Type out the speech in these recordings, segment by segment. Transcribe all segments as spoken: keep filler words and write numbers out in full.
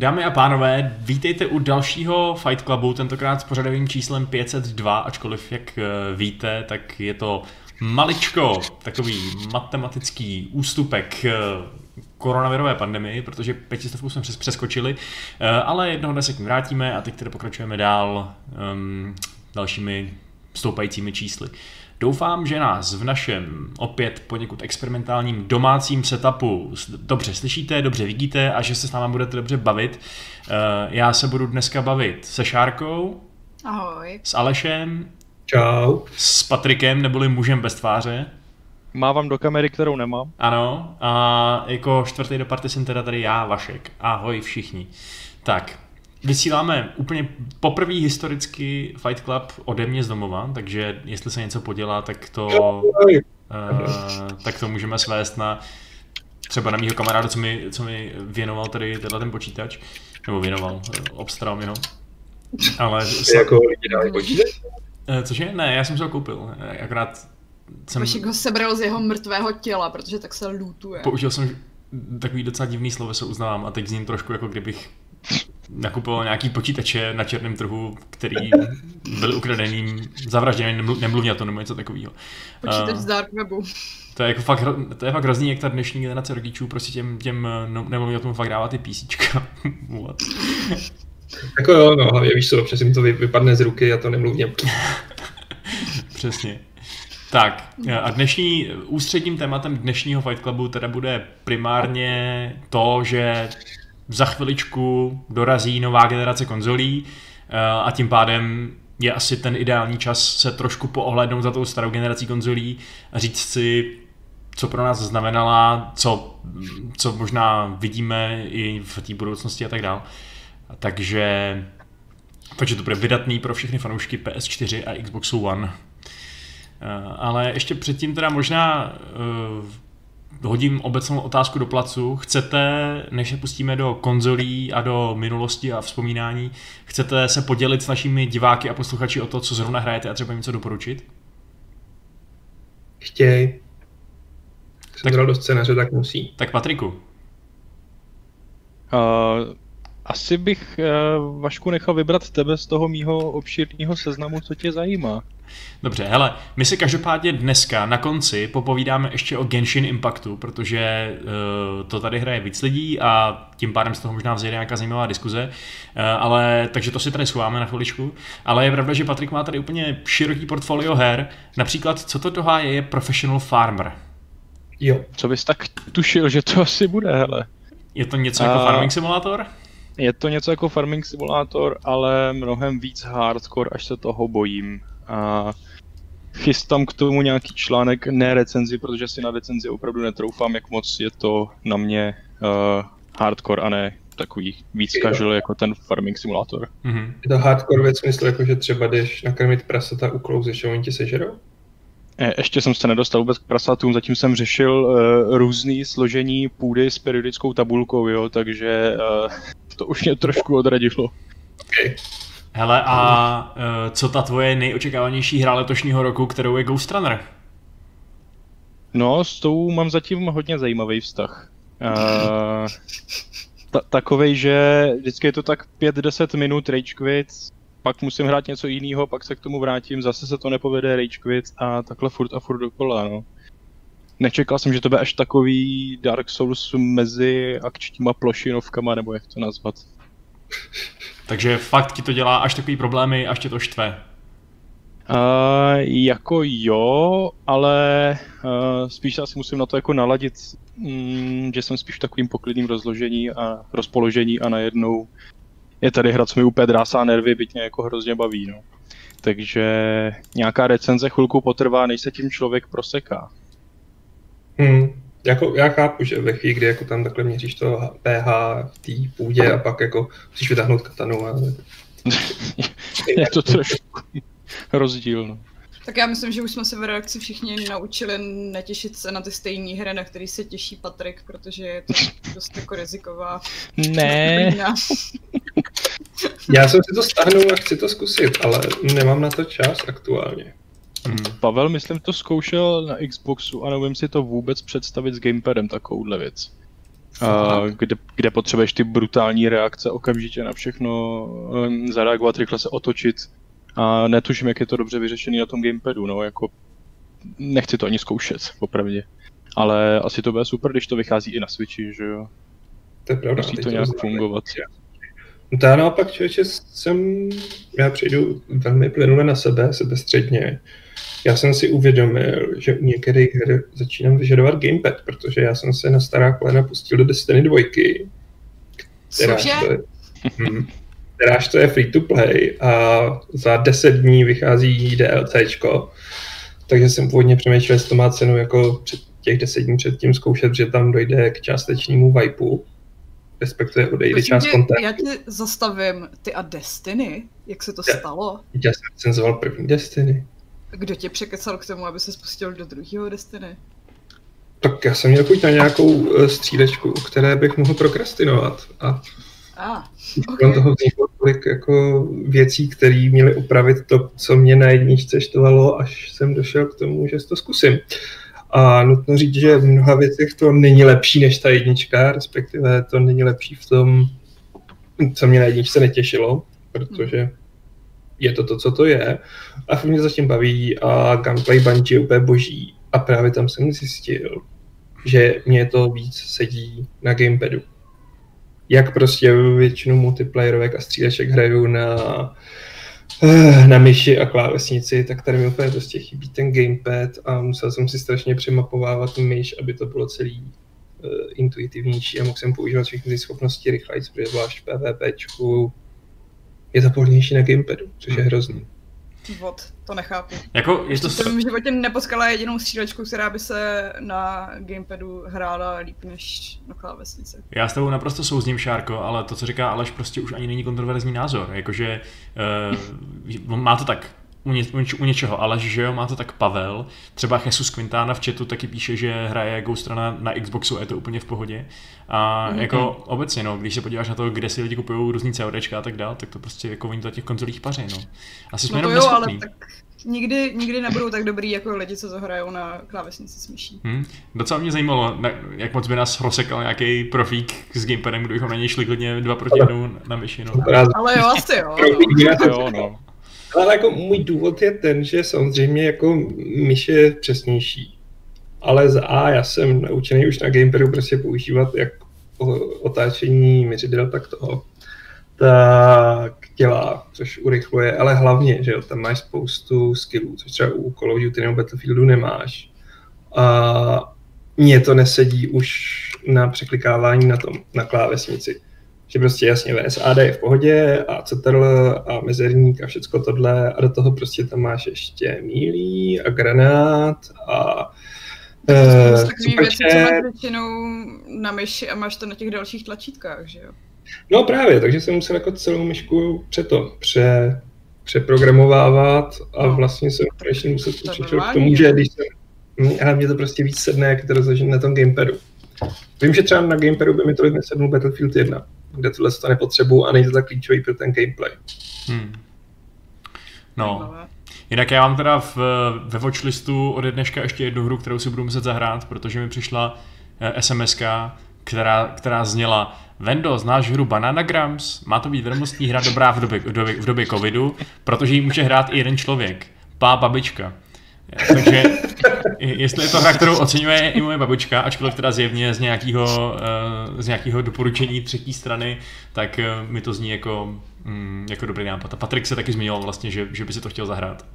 Dámy a pánové, vítejte u dalšího Fight Clubu, tentokrát s pořadovým číslem pět set dva, ačkoliv jak víte, tak je to maličko takový matematický ústupek koronavirové pandemii, protože pětistovku jsme přes přeskočili, ale jednoho dne se k ní vrátíme a teď tedy pokračujeme dál um, dalšími stoupajícími čísly. Doufám, že nás v našem opět poněkud experimentálním domácím setupu dobře slyšíte, dobře vidíte a že se s náma budete dobře bavit. Já se budu dneska bavit se Šárkou. Ahoj. S Alešem. Čau. S Patrikem, neboli mužem bez tváře. Mávám do kamery, kterou nemám. Ano, a jako čtvrtý do party jsem teda tady já, Vašek. Ahoj všichni. Tak, vysíláme úplně poprvý historicky Fight Club ode mě z domova, takže jestli se něco podělá, tak to, uh, tak to můžeme svést na třeba na mýho kamaráda, co mi, co mi věnoval tady tenhle ten počítač, nebo věnoval, obstaral mi ho. Ale Ty jako lidi dali počítač? Cože? Ne, já jsem se ho koupil, akorát jsem... Vašek ho sebral z jeho mrtvého těla, protože tak se lutuje. Použil jsem takový docela divný sloveso, uznávám, a teď zním trošku jako kdybych nakupoval nějaký počítače na černém trhu, který byl ukradený, zavražděný, nemluvně o tom nebo něco takového. Počítač uh, z dark webu. To je jako fakt, to je fakt hrozný, jak ta dnešní generace rodičů prostě těm, těm no, nemluvně o tom fakt dává ty PCčka. Jako jo, no, hlavně víš co, občas jim to vypadne z ruky a to nemluvně. Přesně. Tak a dnešní, ústředním tématem dnešního Fight Clubu teda bude primárně to, že za chviličku dorazí nová generace konzolí a tím pádem je asi ten ideální čas se trošku poohlédnout za tou starou generací konzolí a říct si, co pro nás znamenala, co, co možná vidíme i v té budoucnosti a tak dál. Takže, takže to bude vydatný pro všechny fanoušky P S čtyři a Xboxu One. Ale ještě předtím teda možná uh, hodím obecnou otázku do placu. Chcete, než se pustíme do konzolí a do minulosti a vzpomínání, chcete se podělit s našimi diváky a posluchači o to, co zrovna hrajete a třeba něco doporučit? Chtěj. Jsem dal do scénáře, tak musí. Tak Patriku. Uh, asi bych uh, Vašku nechal vybrat tebe z toho mýho obšírného seznamu, co tě zajímá. Dobře, hele, my si každopádně dneska na konci popovídáme ještě o Genshin Impactu, protože uh, to tady hraje víc lidí a tím pádem z toho možná vzejde nějaká zajímavá diskuze, uh, ale takže to si tady schováme na chviličku. Ale je pravda, že Patrik má tady úplně široký portfolio her, například co to doháje je Professional Farmer. Jo. Co bys tak tušil, že to asi bude, hele? Je to něco jako uh, Farming Simulator? Je to něco jako Farming Simulator, ale mnohem víc hardcore, až se toho bojím. A chystám k tomu nějaký článek, ne recenzi, protože si na recenzi opravdu netroufám, jak moc je to na mě uh, hardcore a ne takový víc casual jako ten Farming Simulator. Mm-hmm. Je to hardcore ve smyslu, jako že třeba jdeš nakrmit prasata, uklouzeš a oni ti sežerou? E, ještě jsem se nedostal vůbec k prasatům, zatím jsem řešil uh, různý složení půdy s periodickou tabulkou, jo, takže uh, to už mě trošku odradilo. Okay. Hele, a uh, co ta tvoje nejočekávanější hra letošního roku, kterou je Ghost Runner? No, s tou mám zatím hodně zajímavý vztah. Uh, ta- takovej, že vždycky je to tak pět deset minut rage quit, pak musím hrát něco jiného, pak se k tomu vrátím, zase se to nepovede rage quit a takhle furt a furt dokola, no. Nečekal jsem, že to bude až takový Dark Souls mezi akčníma plošinovkama, nebo jak to nazvat. Takže fakt ti to dělá až takový problémy, až tě to štve. Uh, jako jo, ale uh, spíš asi musím na to jako naladit, mm, že jsem spíš v takovým poklidným rozložení a rozpoložení a najednou je tady hra, co mi úplně drásá nervy, byť mě jako hrozně baví, no. Takže nějaká recenze chvilku potrvá, než se tím člověk proseká. Hmm. Jako, já chápu, že ve chvíli, kdy jako tam takhle měříš to pH v té půdě a pak jako musíš vytáhnout katanu. Ale... je to trošku rozdíl, no. Tak já myslím, že už jsme se v redakci všichni naučili netěšit se na ty stejné hry, na který se těší Patrik, protože je to dost jako riziková. Ne. Já jsem si to stáhnul a chci to zkusit, ale nemám na to čas aktuálně. Hmm. Pavel, myslím, to zkoušel na Xboxu a nevím si to vůbec představit s gamepadem, takovouhle věc. Uh, kde, kde potřebuješ ty brutální reakce okamžitě na všechno, um, zareagovat, rychle se otočit. A netuším, jak je to dobře vyřešený na tom gamepadu, no, jako nechci to ani zkoušet, popravdě. Ale asi to bude super, když to vychází i na Switchi, že jo. To je pravda. Musí to nějak to fungovat. No to já naopak, člověče, jsem, já přejdu velmi plynule na sebe, sebestředně. Já jsem si uvědomil, že u některých her začínám vyžadovat gamepad, protože já jsem se na stará kolena pustil do Destiny dva, kteráž to je, hm, kteráž to je free to play a za deset dní vychází DLCčko, takže jsem původně přemýšlel, jestli to má cenu jako před těch deset dní předtím zkoušet, že tam dojde k částečnému vipeu, respektive odejde část kontentu. Já tě zastavím, ty a Destiny, jak se to já, stalo? Já jsem recenzoval první Destiny. Kdo tě překecal k tomu, aby se spustil do druhého Destiny? Tak já jsem měl chuť na nějakou střílečku, u které bych mohl prokrastinovat. A ah, okay. toho vzniklo tolik jako věcí, které měly upravit to, co mě na jedničce štvalo, až jsem došel k tomu, že to zkusím. A nutno říct, že v mnoha věcech to není lepší než ta jednička, respektive to není lepší v tom, co mě na jedničce netěšilo, protože je to to, co to je. A mě zatím baví a gunplay Bungie je úplně boží. A právě tam jsem zjistil, že mě to víc sedí na gamepadu. Jak prostě většinu multiplayerovek a stříleček hraju na, na myši a klávesnici, tak tady mi úplně prostě chybí ten gamepad a musel jsem si strašně přemapovávat myš, aby to bylo celý uh, intuitivnější a mohl jsem používat všechny ty schopnosti rychleji, protože zvlášť v PvPčku je to pohodlnější na gamepadu, což je hrozný. Vod, to nechápu. Jako je to... Jsem v životě nepotkala jedinou střílečku, která by se na gamepadu hrála líp než na klávesnici. Já s tebou naprosto souzním, Šárko, ale to, co říká Aleš, prostě už ani není kontroverzní názor. Jakože uh, má to tak u, ně, u něčeho Aleš, že jo, má to tak Pavel. Třeba Jesus Quintana v chatu taky píše, že hraje Ghost Runa na Xboxu a je to úplně v pohodě. A mm-hmm. jako obecně, no, když se podíváš na to, kde si lidi kupují různý CODčka a tak dál, tak to prostě jako oni to těch konzolích paří, no. Asi jsme no jenom jo, neschopný. Ale tak nikdy, nikdy nebudou tak dobrý jako lidi, co zahrajou na klávesnici s myší. Hmm. Docela mě zajímalo, jak moc by nás rozsekal nějaký profík s gamepadem, kdybychom na něj šli klidně dva proti jednou na myši, no. Ale jo, asi jo. No. jo, no. Ale jako můj důvod je ten, že samozřejmě jako myš je přesnější. Ale za A já jsem naučený už na gamepadu prostě používat jak otáčení měřidel, tak toho. Tak dělá, což urychluje, ale hlavně, že jo, tam máš spoustu skillů, což třeba u Call of Duty nebo Battlefieldu nemáš. A mně to nesedí už na překlikávání na tom, na klávesnici. Že prostě jasně V S A D je v pohodě a C T R L a mezerník a všecko tohle a do toho prostě tam máš ještě mílí a granát a uh, takový věci, co máš většinou na myši a máš to na těch dalších tlačítkách, že jo? No právě, takže jsem musel jako celou myšku pře to, pře, přeprogramovávat a no, vlastně jsem konečně musel přišel k tomu, že když jsem, ale mě to prostě víc sedne, jak je to rozložené na tom gamepadu. Vím, že třeba na gamepadu by mi tolik nesednul Battlefield jedna, kde tohle to nepotřebuju a není to tak klíčový pro ten gameplay. Hmm. No, jinak já mám teda v, ve watchlistu ode dneška ještě jednu hru, kterou si budu muset zahrát, protože mi přišla S M S ka, která, která zněla: Vendo, znáš hru Bananagrams? Má to být vědomostní hra dobrá v době, v době, v době covidu, protože ji může hrát i jeden člověk. Pá babička. Takže jestli je to hra, kterou oceňuje i moje babička, ačkoliv teda zjevně z nějakého, z nějakého doporučení třetí strany, tak mi to zní jako, jako dobrý nápad. A Patrik se taky zmiňoval vlastně, že, že by si to chtěl zahrát.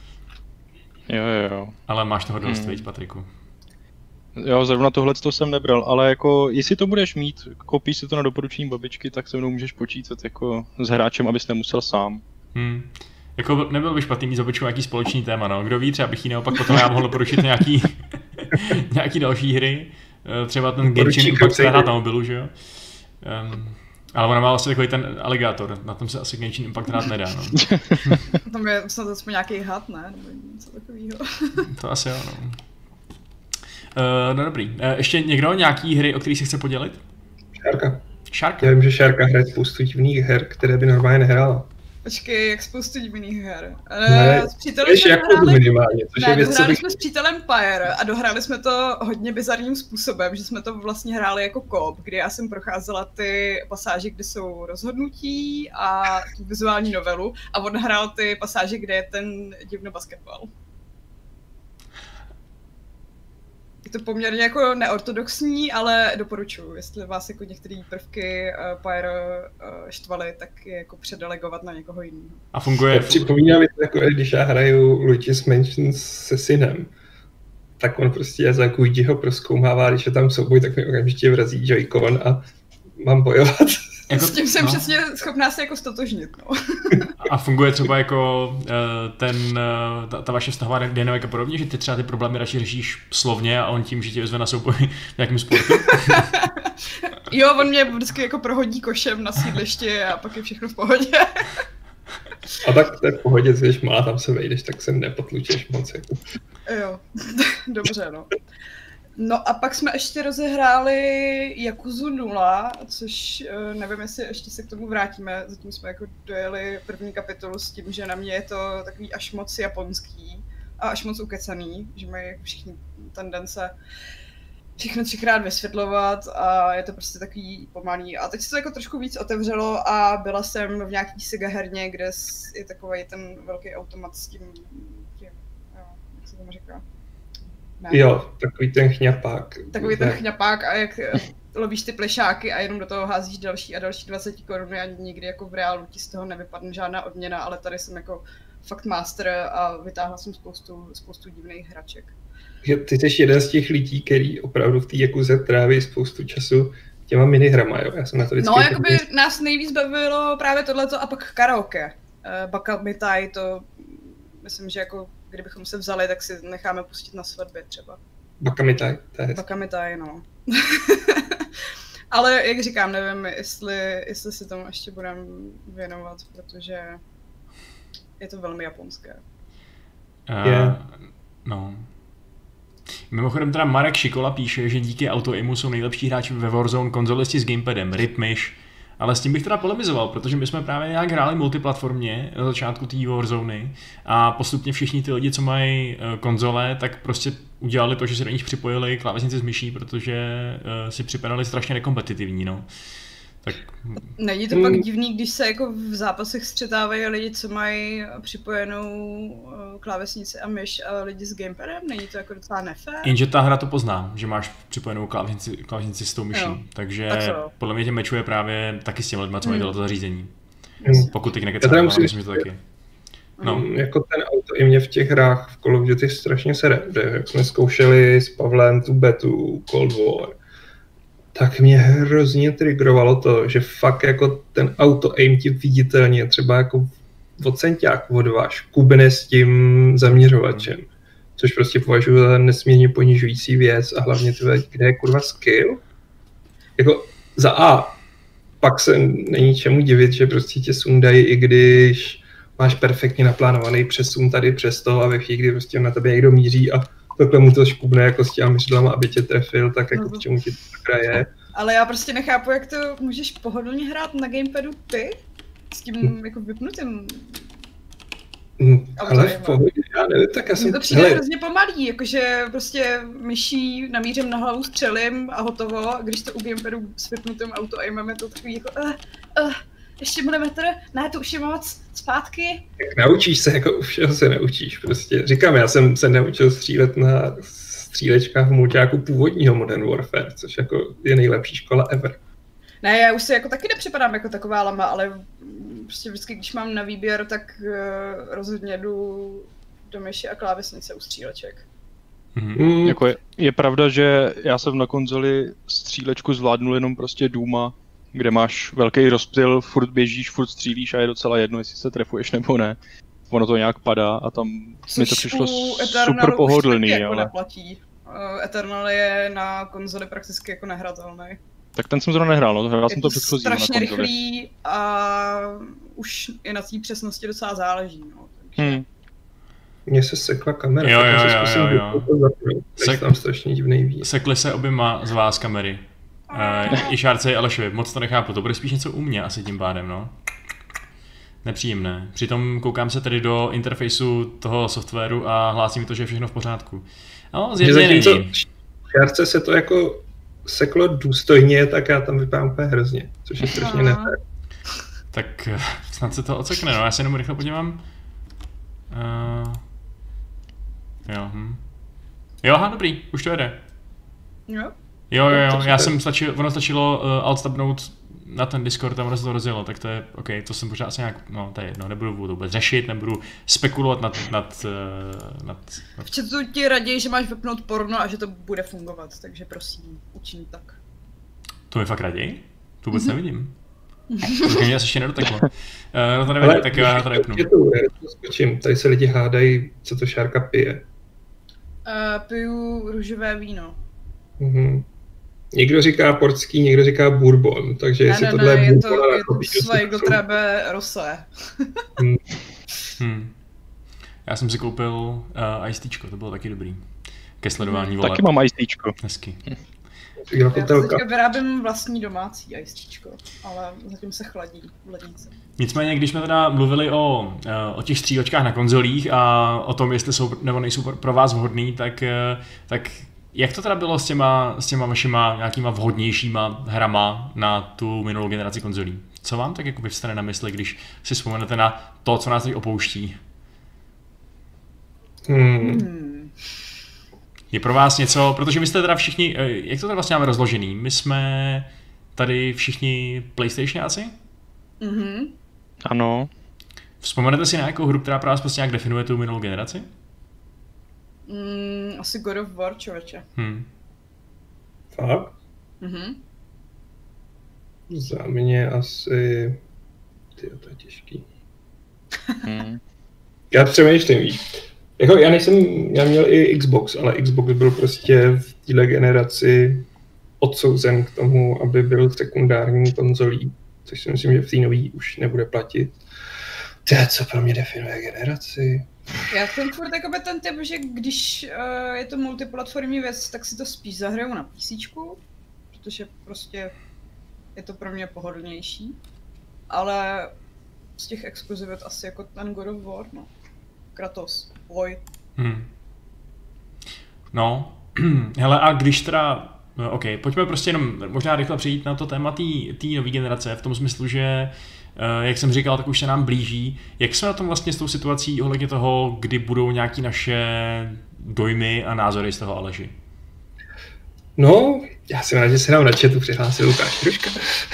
Jo, jo. Ale máš toho dost, hmm. viď, Patriku? Jo, zrovna tohle to jsem nebral, ale jako, jestli to budeš mít, koupíš si to na doporučení babičky, tak se mnou můžeš počítat jako s hráčem, abys nemusel sám. Hmm. Jako nebyl by špatný mít s babičkou nějaký společný téma, no. Kdo ví, třeba bych jí naopak potom já mohl doporučit nějaký, nějaký další hry. Třeba ten Genshin Impact se hrát na mobilu, že jo? Um, ale ona má vlastně takový ten aligátor, na tom se asi Genshin Impact hrát nedá, no. Tam je snad aspoň nějaký had, ne? Nebo něco takového. To asi jo, no. Uh, no dobrý. Uh, ještě někdo nějaký hry, o kterých se chce podělit? Šárka. Šárka? Já vím, že Šárka hraje spoustu divných her, které by normálně nehrála. Počkej, jak spoustu divných her. Ne, s přítelem jsme jako dohráli, minimálně, což ne, je věc, dohráli bych... jsme s přítelem Pyre a dohráli jsme to hodně bizarním způsobem, že jsme to vlastně hráli jako koop, kdy já jsem procházela ty pasáže, kde jsou rozhodnutí a tu vizuální novelu a on hrál ty pasáže, kde je ten divno basketbal. Je to poměrně jako neortodoxní, ale doporučuji, jestli vás jako některé prvky uh, Pyre uh, štvaly, tak je jako předelegovat na někoho jiného. A funguje... Připomíná mi to jako, když já hraju Luigi's Mansion se synem, tak on prostě za Luigiho prozkoumává, když je tam souboj, tak mi okamžitě vrazí Joy-Con a mám bojovat. Jako, s tím jsem no. přesně schopná se jako stotožnit, no. A funguje třeba jako ten, ta, ta vaše vztahová dynamika podobně, že ty třeba ty problémy radši řešíš slovně a on tím, že tě vezve na souboj v nějakém sportu? Jo, on mě vždycky jako prohodí košem na sídlišti a pak je všechno v pohodě. A tak to je v pohodě, když má tam se vejdeš, tak se nepotlučeš moc. Jako. Jo, dobře, no. No a pak jsme ještě rozehráli Yakuzu nula, což nevím, jestli ještě se k tomu vrátíme. Zatím jsme jako dojeli první kapitolu s tím, že na mě je to takový až moc japonský a až moc ukecaný, že mají jako všichni tendence všechno třikrát vysvětlovat a je to prostě takový pomalý. A teď se to jako trošku víc otevřelo a byla jsem v nějaký Sega herně, kde je takový ten velký automat s tím, tím jo, jak se tomu říká? Ne. Jo, takový ten chňapák. Takový ten chňapák a jak lovíš ty plešáky a jenom do toho házíš další a další dvacet koruny a nikdy jako v reálu ti z toho nevypadne žádná odměna, ale tady jsem jako fakt master a vytáhla jsem spoustu, spoustu divných hraček. Ty jsi jeden z těch lidí, který opravdu v té Yakuze tráví spoustu času těma minihrama, jo? Já jsem na to vždycky... No, jakoby hodně... nás nejvíc bavilo právě tohleto a pak karaoke. Baka Mitai, to myslím, že jako kdybychom se vzali, tak si necháme pustit na svatbě třeba. Baka Mitai, to je hezky. Baka Mitai, no. Ale jak říkám, nevím, jestli, jestli si tomu ještě budeme věnovat, protože je to velmi japonské. Uh, yeah. No. Mimochodem teda Marek Šikola píše, že díky autoimu jsou nejlepší hráči ve Warzone konzolisti s gamepadem, rip myš. Ale s tím bych teda polemizoval, protože my jsme právě nějak hráli multiplatformně na začátku té Warzony a postupně všichni ty lidi, co mají konzole, tak prostě udělali to, že si do nich připojili klávesnici s myší, protože si připadali strašně nekompetitivní, no. Tak... Není to pak divný, když se jako v zápasech střetávají lidi, co mají připojenou klávesnici a myš a lidi s gamepadem? Není to jako docela nefér? Jenže ta hra to pozná, že máš připojenou klávesnici, klávesnici s tou myší, jo. Takže podle mě tě mečuje právě taky s těmi lidmi, co mají hmm. to zařízení. Hmm. Pokud teď nekecám, musím... myslím, že to taky. No. Jako ten auto i mě v těch hrách v Call of Duty strašně sere, jak jsme zkoušeli s Pavlem tu betu, Cold War, tak mě hrozně triggerovalo to, že fakt jako ten auto-aim ti viditelně třeba jako od centiáku od váš kubne s tím zaměřovačem, což prostě považuji za nesmírně ponižující věc a hlavně tyhle, kde je kurva skill. Jako za A, pak se není čemu divit, že prostě tě sundají, i když máš perfektně naplánovaný přesun tady přes to a ve chvíli, kdy prostě na tebe někdo míří a takhle mu to škubne jako s těma myšlama, aby tě trefil, tak jako k čemu ti to hraje. Ale já prostě nechápu, jak to můžeš pohodlně hrát na gamepadu ty? S tím hmm. jako vypnutým. Hmm, ale v pohodě, já nevím, tak já jsem... To přijde hele. hrozně pomalý, jakože prostě myší namířím na hlavu, střelím a hotovo. A když to u gamepadu s vypnutým auto-aimem je to takový jako uh, uh, ještě bude metr, ne, to už je moc, zpátky. Tak naučíš se, jako u všeho se naučíš prostě. Říkám, já jsem se naučil střílet na střílečkách v mulťáku původního Modern Warfare, což jako je nejlepší škola ever. Ne, já už si jako taky nepřipadám jako taková lama, ale prostě vždycky, když mám na výběr, tak uh, rozhodně jdu do myši a klávesnice u stříleček. Mm. Jako je, je pravda, že já jsem na konzoli střílečku zvládnul jenom prostě Duma, kde máš velký rozptyl, furt běžíš, furt střílíš a je docela jedno, jestli se trefuješ nebo ne. Ono to nějak padá a tam což mi to přišlo super pohodlný. Jako ale... neplatí. Uh, Eternal je na konzoli prakticky jako nehratelný. Tak ten jsem zrovna nehrál, no, hrál jsem to předchozí na konzoli. Strašně rychlý a už i na té přesnosti docela záleží, no. Takže... Hmm. Mně se sekla kamera, jo, tak jo, se jo, zkusím jo, jo. Sek... tam strašně divnej výjezd. Sekli se oběma z vás kamery. Uh, I Šárce i Alešovi, moc to nechápu, to bude spíš něco u mě asi tím pádem, no. nepříjemné. Přitom koukám se tedy do interfejsu toho softwaru a hlásí mi to, že je všechno v pořádku. No, zjevně není. V šárce se to jako seklo důstojně, tak já tam vypadám úplně hrozně, což je strašně nefér. Tak snad se to ocekne, no, já se jenom rychle podívám. Uh, jo, hm. Jo, aha, dobrý, už to jede. Jo? Jo, jo, jo, já jsem stačil, ono stačilo uh, alt tabnout na ten Discord, tam ono se to rozjelo, tak to je, ok, to jsem pořád asi nějak, no to je jedno, nebudu to vůbec řešit, nebudu spekulovat nad, nad, uh, nad, nad... V chatu ti raději, že máš vypnout porno a že to bude fungovat, takže prosím, učin tak. To je fakt raději? To vůbec mm-hmm. nevidím. To mě asi ještě nedoteklo. Uh, no to nevím, ale tak já to nepnu. Skočím, tady se lidi hádají, co to Šárka pije. Uh, piju růžové víno. Mhm. Někdo říká portský, někdo říká bourbon, takže ne, jestli ne, tohle ne, je bourbon, to, je to Sveigottrebe Rosé. hmm. hmm. Já jsem si koupil uh, icedčko, to bylo taky dobrý. Ke sledování voleb. Taky mám icedčko. Hezky. Já teďka vyrábím vlastní domácí icedčko, ale zatím se chladí v lednici. Nicméně, když jsme teda mluvili o, o těch stříhačkách na konzolích a o tom, jestli jsou nebo nejsou pro vás vhodný, tak, tak jak to teda bylo s těma, s těma vašima nějakýma vhodnějšíma hrama na tu minulou generaci konzolí? Co vám tak jako vyvstane na mysli, když si vzpomenete na to, co nás teď opouští? Hmm. Hmm. Je pro vás něco, protože vy jste teda všichni, jak to teda vlastně máme rozložený? My jsme tady všichni PlayStationáci? Mhm. Ano. Vzpomenete si na nějakou hru, která pro vás prostě nějak definuje tu minulou generaci? Mm, asi God of War, člověče. Hmm. Fakt? Mhm. Za mě asi... Tyjo, to je těžký. Hmm. Já přemýšlím, víš. Jako já nejsem, já měl i Xbox, ale Xbox byl prostě v téhle generaci odsouzen k tomu, aby byl sekundární konzolí, což si myslím, že v té nový už nebude platit. To je, co pro mě definuje generaci. Já jsem furt jakoby ten typ, že když uh, je to multiplatformní věc, tak si to spíš zahraju na PCčku, protože prostě je to pro mě pohodlnější. Ale z těch exkluzivit asi jako ten God of War, no. Kratos, boj. Hmm. No, hele, a když teda, ok, pojďme prostě jenom možná rychle přejít na to téma té nové generace, v tom smyslu, že, jak jsem říkal, tak už se nám blíží. Jak jsme na tom vlastně s tou situací ohledně toho, kdy budou nějaké naše dojmy a názory z toho, Aleži? No, já jsem rád, že se nám na chatu přihlásil Lukáš Hruška.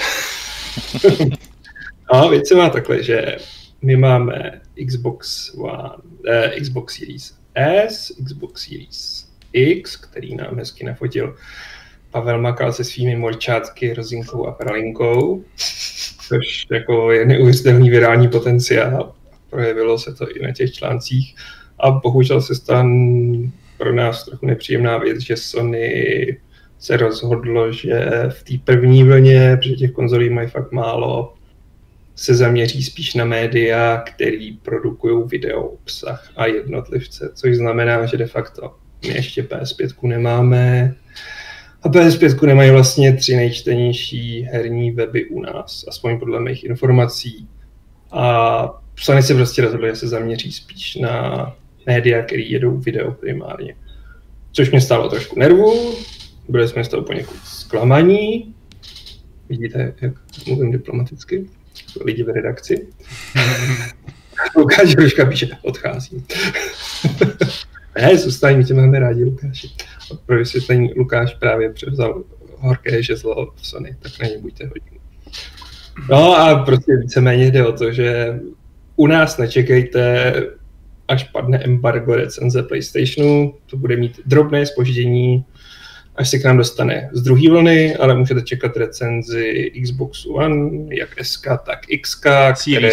No, věc se má takhle, že my máme Xbox One, eh, Xbox Series S, Xbox Series X, který nám hezky nafotil Pavel Makal se svými morčátky, rozinkou a pralinkou, což jako je neuvěřitelný virální potenciál. Projevilo se to i na těch článcích a bohužel se stala pro nás trochu nepříjemná věc, že Sony se rozhodlo, že v té první vlně, protože těch konzolí mají fakt málo, se zaměří spíš na média, který produkují video obsah a jednotlivce, což znamená, že de facto my ještě P S pět nemáme a P S pět nemají vlastně tři nejčtenější herní weby u nás, aspoň podle mých informací. A Sony se prostě rozhodlo, že se zaměří spíš na média, který jedou video primárně. Což mě stálo trošku nervu, byli jsme z toho poněkud zklamaní. Vidíte, jak mluvím diplomaticky? Lidi v redakci. Lukáš Hruška píše, odcházím. Ne, zůstaň, my tě máme rádi, Lukáši. Pro vysvětlení, Lukáš právě převzal horké žezlo v Sony, tak na ně buďte hodní. No a prostě víceméně jde o to, že u nás nečekejte, až padne embargo recenze PlayStationu, to bude mít drobné zpoždění, až se k nám dostane z druhé vlny, ale můžete čekat recenzi Xbox One, jak S K, tak X K, které...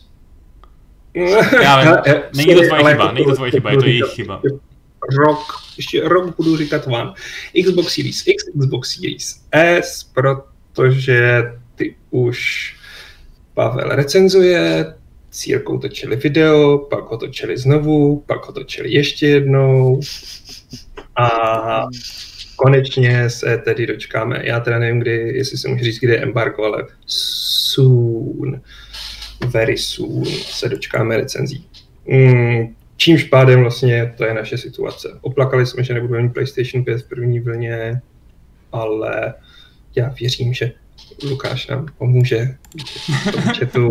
Já vím, není to tvoje chyba, není to tvoje chyba, je to jejich chyba. Rok, ještě rok budu říkat One. Xbox Series X, Xbox Series S, protože ty už Pavel recenzuje, s Jirkou točili video, pak ho točili znovu, pak ho točili ještě jednou a konečně se tedy dočkáme. Já teda nevím, kdy, jestli se můžu říct, kdy je embargo, ale soon. very soon se dočkáme recenzí. Mm, čímž pádem vlastně to je naše situace. Oplakali jsme, že nebudeme mít PlayStation pět v první vlně, ale já věřím, že Lukáš nám pomůže v chatu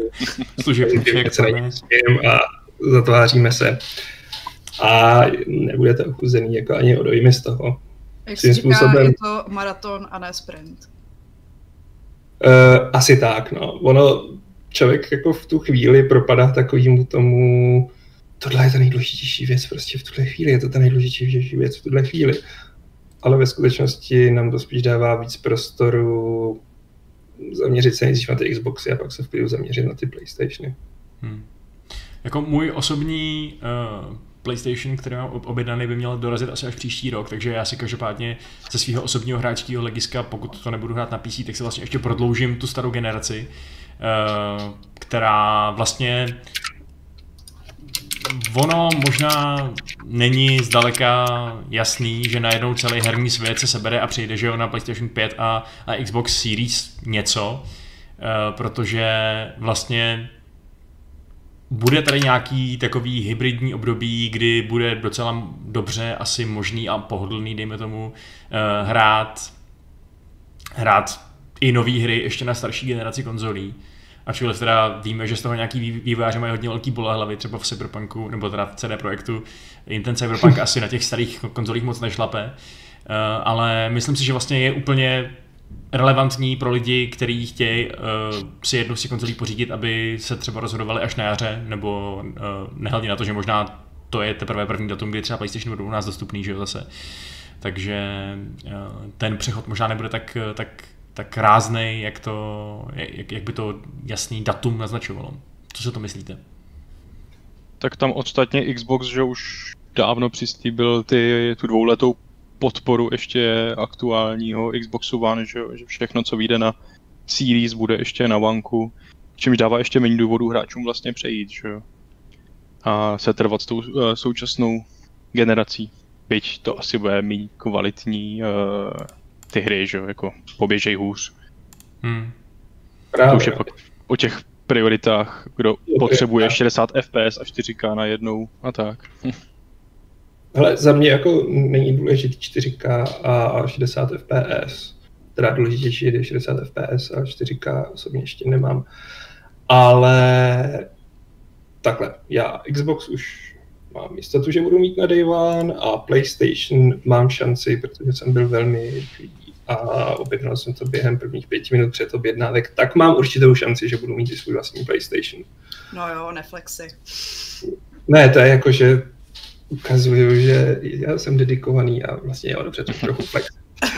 a zatváříme se. A nebudete ochuzený jako ani odojmy z toho. Jak se říká, způsobem... je to maraton a ne sprint. Uh, asi tak, no. Ono, člověk jako v tu chvíli propadá takovému tomu, tohle je ta nejdůležitější věc prostě v tuhle chvíli, je to ta nejdůležitější věc v tuhle chvíli. Ale ve skutečnosti nám to spíš dává víc prostoru zaměřit se nejdřív na ty Xboxy a pak se v klidu zaměřit na ty PlayStationy. Hmm. Jako můj osobní uh, PlayStation, který mám objednaný, by měl dorazit asi až příští rok, takže já si každopádně ze svého osobního hráčského hlediska, pokud to nebudu hrát na P C, tak si vlastně ještě prodloužím tu starou generaci, uh, která vlastně ono možná není zdaleka jasný, že najednou celý herní svět se sebere a přijde, že jo, na PlayStation pět a, a Xbox Series něco, uh, protože vlastně bude tady nějaký takový hybridní období, kdy bude docela dobře asi možný a pohodlný, dejme tomu, uh, hrát, hrát i nové hry ještě na starší generaci konzolí. Ačkoliv teda víme, že z toho nějaký vývojáři mají hodně velký bolehlavy, třeba v Cyberpunku, nebo teda v C D Projektu. Ten Cyberpunk asi na těch starých konzolích moc nešlape, uh, ale myslím si, že vlastně je úplně relevantní pro lidi, kteří chtějí uh, si jednu z těch konzolí pořídit, aby se třeba rozhodovali až na jaře, nebo uh, nehledě na to, že možná to je teprve první datum, kdy třeba PlayStation budou u nás dostupný, že jo, zase. Takže uh, ten přechod možná nebude tak, tak, tak ráznej, jak, to, jak, jak by to jasný datum naznačovalo. Co si to myslíte? Tak tam ostatně Xbox, že už dávno přislíbil ty, tu dvouletou podporu ještě aktuálního Xboxu One, že, že všechno, co vyjde na Series, bude ještě na Oneu, čímž dává ještě méně důvodů hráčům vlastně přejít, že? A se trvat s tou uh, současnou generací. Byť to asi bude mít kvalitní uh, ty hry, že jako poběžej hůř. Hmm. To už je pak o těch prioritách, kdo potřebuje šedesát F P S a čtyři K na jednou a tak. Hele, za mě jako není důležitý čtyři K a šedesát F P S. Teda důležitější je šedesát F P S a čtyři K osobně ještě nemám. Ale takhle, já Xbox už mám jistotu, že budu mít na Day One a PlayStation mám šanci, protože jsem byl velmi rychlý a objednal jsem to během prvních pěti minut před objednávek, tak mám určitou šanci, že budu mít i svůj vlastní PlayStation. No jo, neflexi. Ne, to je jako, že ukazuju, že já jsem dedikovaný a vlastně jo, dobře, to trochu flex.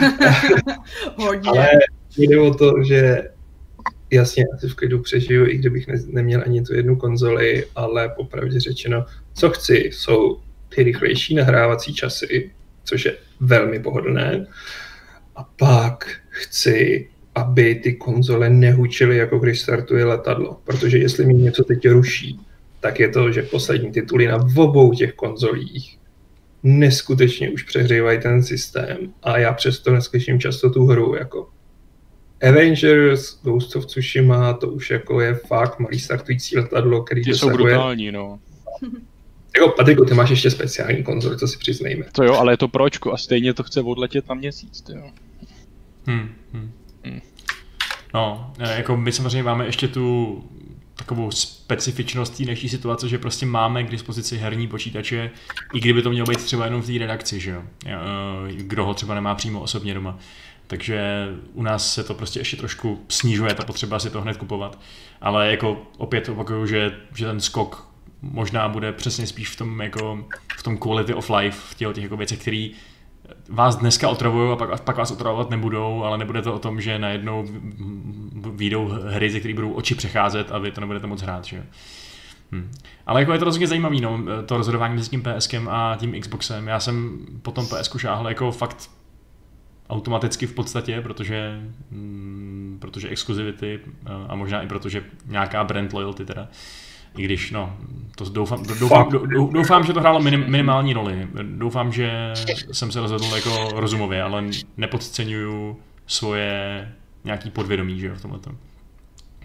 Hodně. Ale jde o to, že jasně, já si v klidu přežiju, i kdybych ne, neměl ani tu jednu konzoli, ale popravdě řečeno, co chci, jsou ty rychlejší nahrávací časy, což je velmi pohodlné. A pak chci, aby ty konzole nehučily, jako když startuje letadlo, protože jestli mi něco teď ruší, tak je to, že poslední tituly na obou těch konzolích neskutečně už přehřívají ten systém a já přesto neslyším často tu hru, jako Avengers, Ghost of Tsushima, to už jako je fakt malý startující letadlo, který ty dosahuje... jsou brutální, no. Jako, Patriku, ty máš ještě speciální konzol, to si přiznejme. To jo, ale je to pročko a stejně to chce odletět na měsíc, jo. Hmm, hmm. Hmm. No, jako my samozřejmě máme ještě tu takovou specifičnost té naší situace, že prostě máme k dispozici herní počítače, i kdyby to mělo být třeba jenom v té redakci, že jo. Kdo ho třeba nemá přímo osobně doma. Takže u nás se to prostě ještě trošku snižuje, ta potřeba si to hned kupovat. Ale jako opět opakuju, že, že ten skok možná bude přesně spíš v tom, jako, v tom quality of life, v těch, těch jako věcech, které vás dneska otravují a pak, pak vás otravovat nebudou, ale nebude to o tom, že najednou vyjdou hry, ze kterých budou oči přecházet a vy to nebudete moc hrát. Že? Hm. Ale jako je to rozhodně zajímavý, no, to rozhodování mezi tím PSkem a tím Xboxem. Já jsem po tom PSku šáhl jako fakt automaticky v podstatě, protože, mm, protože exkluzivity a možná i protože nějaká brand loyalty teda. I když, no, to doufám, doufám, doufám, že to hrálo minim, minimální roli. Doufám, že jsem se rozhodl jako rozumově, ale nepodceňuju svoje nějaký podvědomí, že jo, v tomhletom.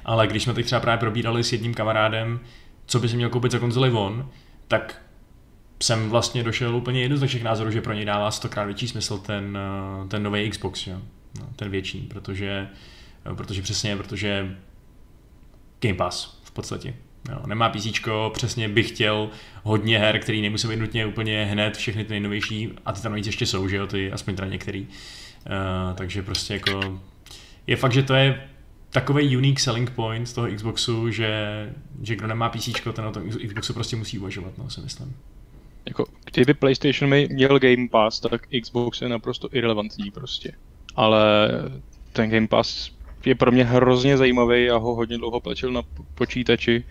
ale když jsme teď třeba právě probírali s jedním kamarádem, co by si měl koupit za konzoli on, tak jsem vlastně došel úplně jednoznačně k názoru, že pro něj dává stokrát větší smysl ten, ten nový Xbox, jo? No, ten větší, protože, protože přesně, protože Game Pass v podstatě. Jo, nemá PCčko, přesně bych chtěl hodně her, který nemusí být nutně úplně hned, všechny ty nejnovější, a ty tam navíc ještě jsou, že jo, ty aspoň teda některý. Uh, takže prostě jako, je fakt, že to je takový unique selling point toho Xboxu, že, že kdo nemá PCčko, ten o tom Xboxu prostě musí uvažovat, no, si myslím. Jako, kdyby PlayStation měl Game Pass, tak Xbox je naprosto irrelevantní prostě. Ale ten Game Pass je pro mě hrozně zajímavý, já ho hodně dlouho plačil na počítači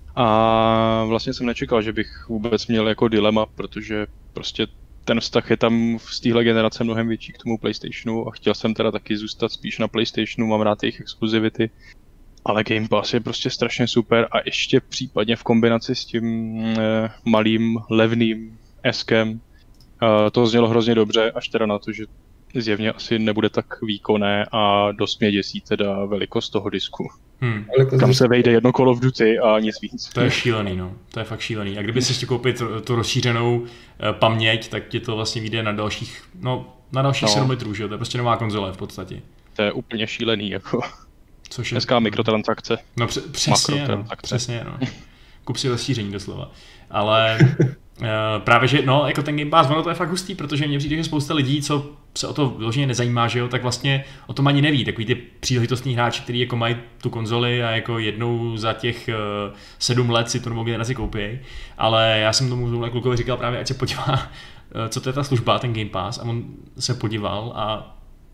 a vlastně jsem nečekal, že bych vůbec měl jako dilema, protože prostě ten vztah je tam z téhle generace mnohem větší k tomu PlayStationu a chtěl jsem teda taky zůstat spíš na PlayStationu, mám rád jejich exkluzivity, ale Game Pass je prostě strašně super a ještě případně v kombinaci s tím eh, malým, levným eskem eh, to znělo hrozně dobře, až teda na to, že zjevně asi nebude tak výkonné a dost mě děsí teda velikost toho disku. Hmm. Tam se vejde jedno Call of Duty a nic víc. To je šílený, no. To je fakt šílený. A kdyby si chtěl koupit tu rozšířenou paměť, tak ti to vlastně vyjde na dalších, no, na dalších no. sedm litrů, že jo? To je prostě nová konzole v podstatě. To je úplně šílený, jako. Což je... Dneska mikrotransakce. No pře- přesně, no, přesně, no. Kup si rozšíření doslova. Ale uh, právě, že no, jako ten Game Pass, ono to je fakt hustý, protože mně přijde, že spousta lidí, co se o to vyloženě nezajímá, že jo, tak vlastně o tom ani neví. Takový ty příležitostní hráči, kteří jako mají tu konzoli a jako jednou za těch uh, sedm let si tu novou generaci koupí. Ale já jsem tomu tomu klukovi říkal právě, ať se podívá, uh, co to je ta služba, ten Game Pass, a on se podíval a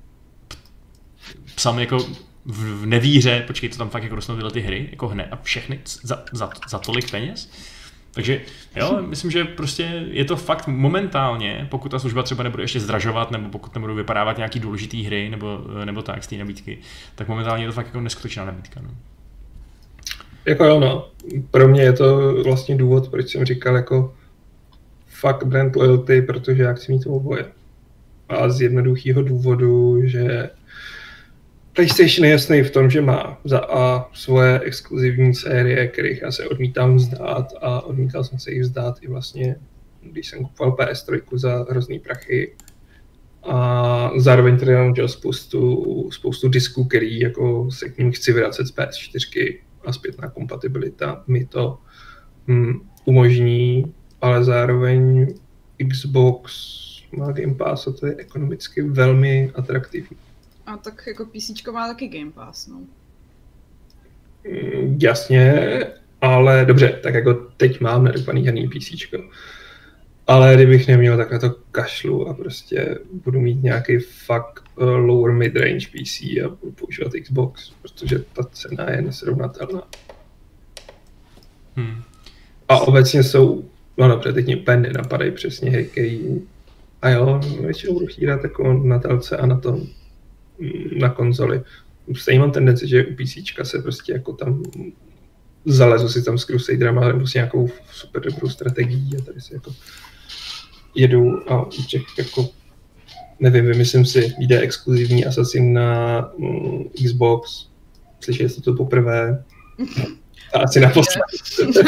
psal mi jako v, v nevíře, počkej, to tam fakt jako rostou tyhle ty hry, jako hned a všechny za, za, za tolik peněz. Takže jo, myslím, že prostě je to fakt momentálně, pokud ta služba třeba nebude ještě zdražovat, nebo pokud nebudou vypadávat nějaký důležitý hry, nebo, nebo tak z té nabídky, tak momentálně je to fakt jako neskutečná nabídka. No. Jako jo, no. Pro mě je to vlastně důvod, proč jsem říkal jako fuck brand loyalty, protože já chci mít to oboje. A z jednoduchého důvodu, že PlayStation je jasný v tom, že má za A svoje exkluzivní série, kterých já se odmítám vzdát a odmítal jsem se jich vzdát i vlastně, když jsem kupoval P S tři za hrozný prachy. A zároveň tady mám dělal spoustu, spoustu disků, který jako se k ním chci vracet z P S čtyři a zpětná kompatibilita mi to hm, umožní, ale zároveň Xbox má Game Pass a to je ekonomicky velmi atraktivní. A tak jako PCčko má taky Game Pass, no. Jasně, ale dobře, tak jako teď mám nadopaný herní PCčko. Ale kdybych neměl, tak na to kašlu a prostě budu mít nějaký fakt uh, lower mid-range P C a budu používat Xbox, protože ta cena je nesrovnatelná. Hmm. A obecně jsou, no dobře, teď mě úplně nenapadají přesně hry, který, a jo, většinou budu chtít jako na telce a na tom, na konzoli. Stejně mám tendenci, že u PCčka se prostě jako tam zalezu si tam s Crusaderama nebo s nějakou super dobrou strategií a tady si jako jedu a u těch jako nevím, vymyslím si, jde exkluzivní Assassin na mm, Xbox, slyšeli jste to poprvé a asi naposled.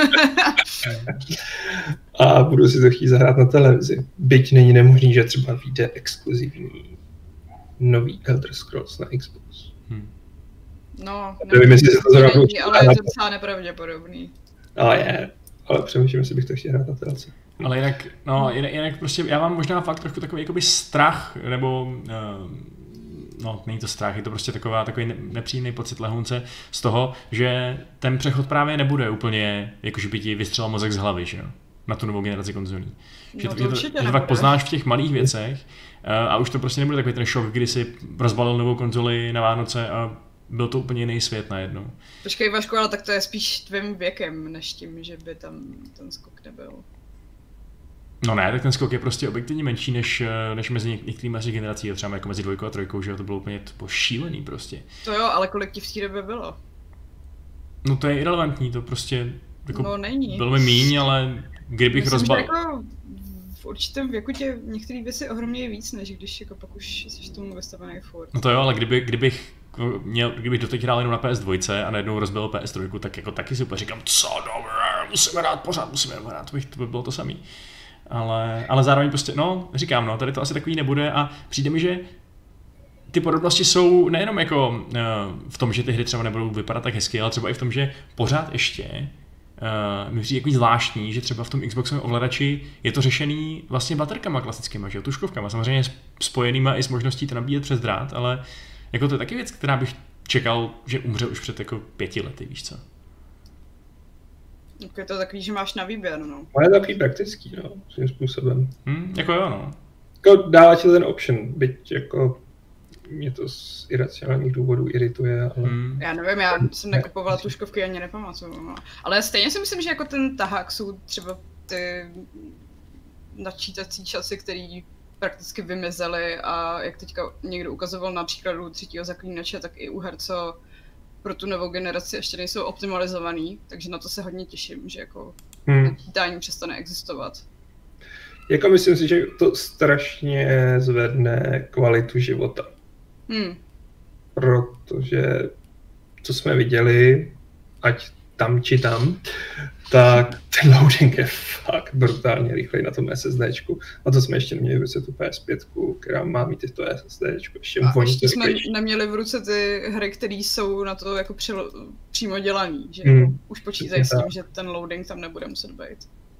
A budu si to chtít zahrát na televizi. Byť není nemožný, že třeba vyjde exkluzivní nový Elder Scrolls na Xbox. Hmm. No, nevím, jestli se to zrovna není, ale je to docela nepravděpodobný. Ale je, ale přemýšlím, jestli bych to chtěl hrát na telce. Ale jinak, no, jinak, jinak prostě, já mám možná fakt trochu takový jakoby strach, nebo, uh, no, není to strach, je to prostě taková, takový nepříjemný pocit lehonce z toho, že ten přechod právě nebude úplně, jakože by ti vystřelil mozek z hlavy, že jo, na tu novou generaci konzolí. Že no, to, to, že to fakt poznáš v těch malých věcech uh, a už to prostě nebude takový ten šok, kdy si rozbalil novou konzoli na Vánoce a byl to úplně jiný svět najednou. Počkej, Vašku, ale tak to je spíš tvým věkem, než tím, že by tam ten skok nebyl. No ne, tak ten skok je prostě objektivně menší než, než mezi něk- některými asi generací, třeba jako mezi dvojkou a trojkou, že to bylo úplně to bylo šílený prostě. To jo, ale kolik ti v té době bylo? No to je irrelevantní, to prostě jako no, není. Bylo mi míň, ale kdybych rozbal... Jako v určitém věku tě některý věci ohromnějí víc, než když jako pak už jsi tomu vystavený furt. No to jo, ale kdyby, kdybych měl, kdybych doteď hrál jenom na P S dva a najednou rozbil P S tři, tak jako taky super říkám, co dobré, musíme hrát pořád, musíme hrát, to, bych, to by bylo to samý. Ale, ale zároveň prostě, no, říkám, no, tady to asi takový nebude a přijde mi, že ty podobnosti jsou nejenom jako uh, v tom, že ty hry třeba nebudou vypadat tak hezky, ale třeba i v tom, že pořád ještě Uh, mi přijde jako zvláštní, že třeba v tom Xboxovém ovladači je to řešený vlastně baterkama klasickýma, že jo, tuškovkama, samozřejmě spojenýma i s možností to nabíjet přes drát, ale jako to je taky věc, která bych čekal, že umře už před jako pěti lety, víš co? Je to takový, že máš na výběr, no. Ale je to takový praktický, no, svým způsobem. Hmm, jako jo, no. Jako dává ti ten option, byť jako mě to z iracionálních důvodů irituje, ale... Hmm. Já nevím, já jsem nekupovala tuškovky, ani nepamatuju. No. Ale stejně si myslím, že jako ten tahák jsou třeba ty načítací časy, který prakticky vymizely a jak teďka někdo ukazoval na příkladu třetího zaklínače, tak i u her, co pro tu novou generaci ještě nejsou optimalizovaný, takže na to se hodně těším, že jako hmm. načítání přestane existovat. Jako myslím si, že to strašně zvedne kvalitu života. Hmm. Protože co jsme viděli, ať tam či tam, tak ten loading je fakt brutálně rychlej na tom SSDčku. A to jsme ještě neměli v ruce tu P S pět, která má mít i to SSDčko. Ještě a ještě jsme rychlejší. Neměli v ruce ty hry, které jsou na to jako přilo, přímo dělaný, že hmm. jako už počítají s tím, že ten loading tam nebude muset být.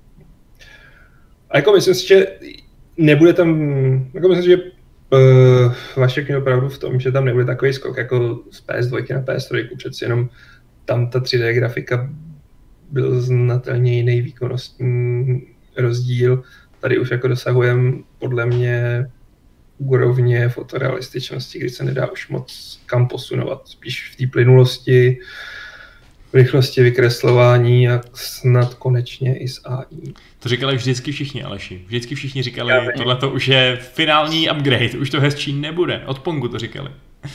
A jako myslím si, že nebude tam, jako myslím si, že uh, Vašek měl pravdu v tom, že tam nebude takový skok jako z P S dva na P S tři, přeci jenom tam ta tři dé grafika byl znatelně jiný výkonnostní rozdíl. Tady už jako dosahujeme podle mě úrovně fotorealističnosti, kdy se nedá už moc kam posunovat, spíš v té plynulosti, rychlosti vykreslování a snad konečně i s A I. To říkali vždycky všichni, Aleši. Vždycky všichni říkali, tohle to už je finální upgrade, už to hezčí nebude. Od Pongu to říkali.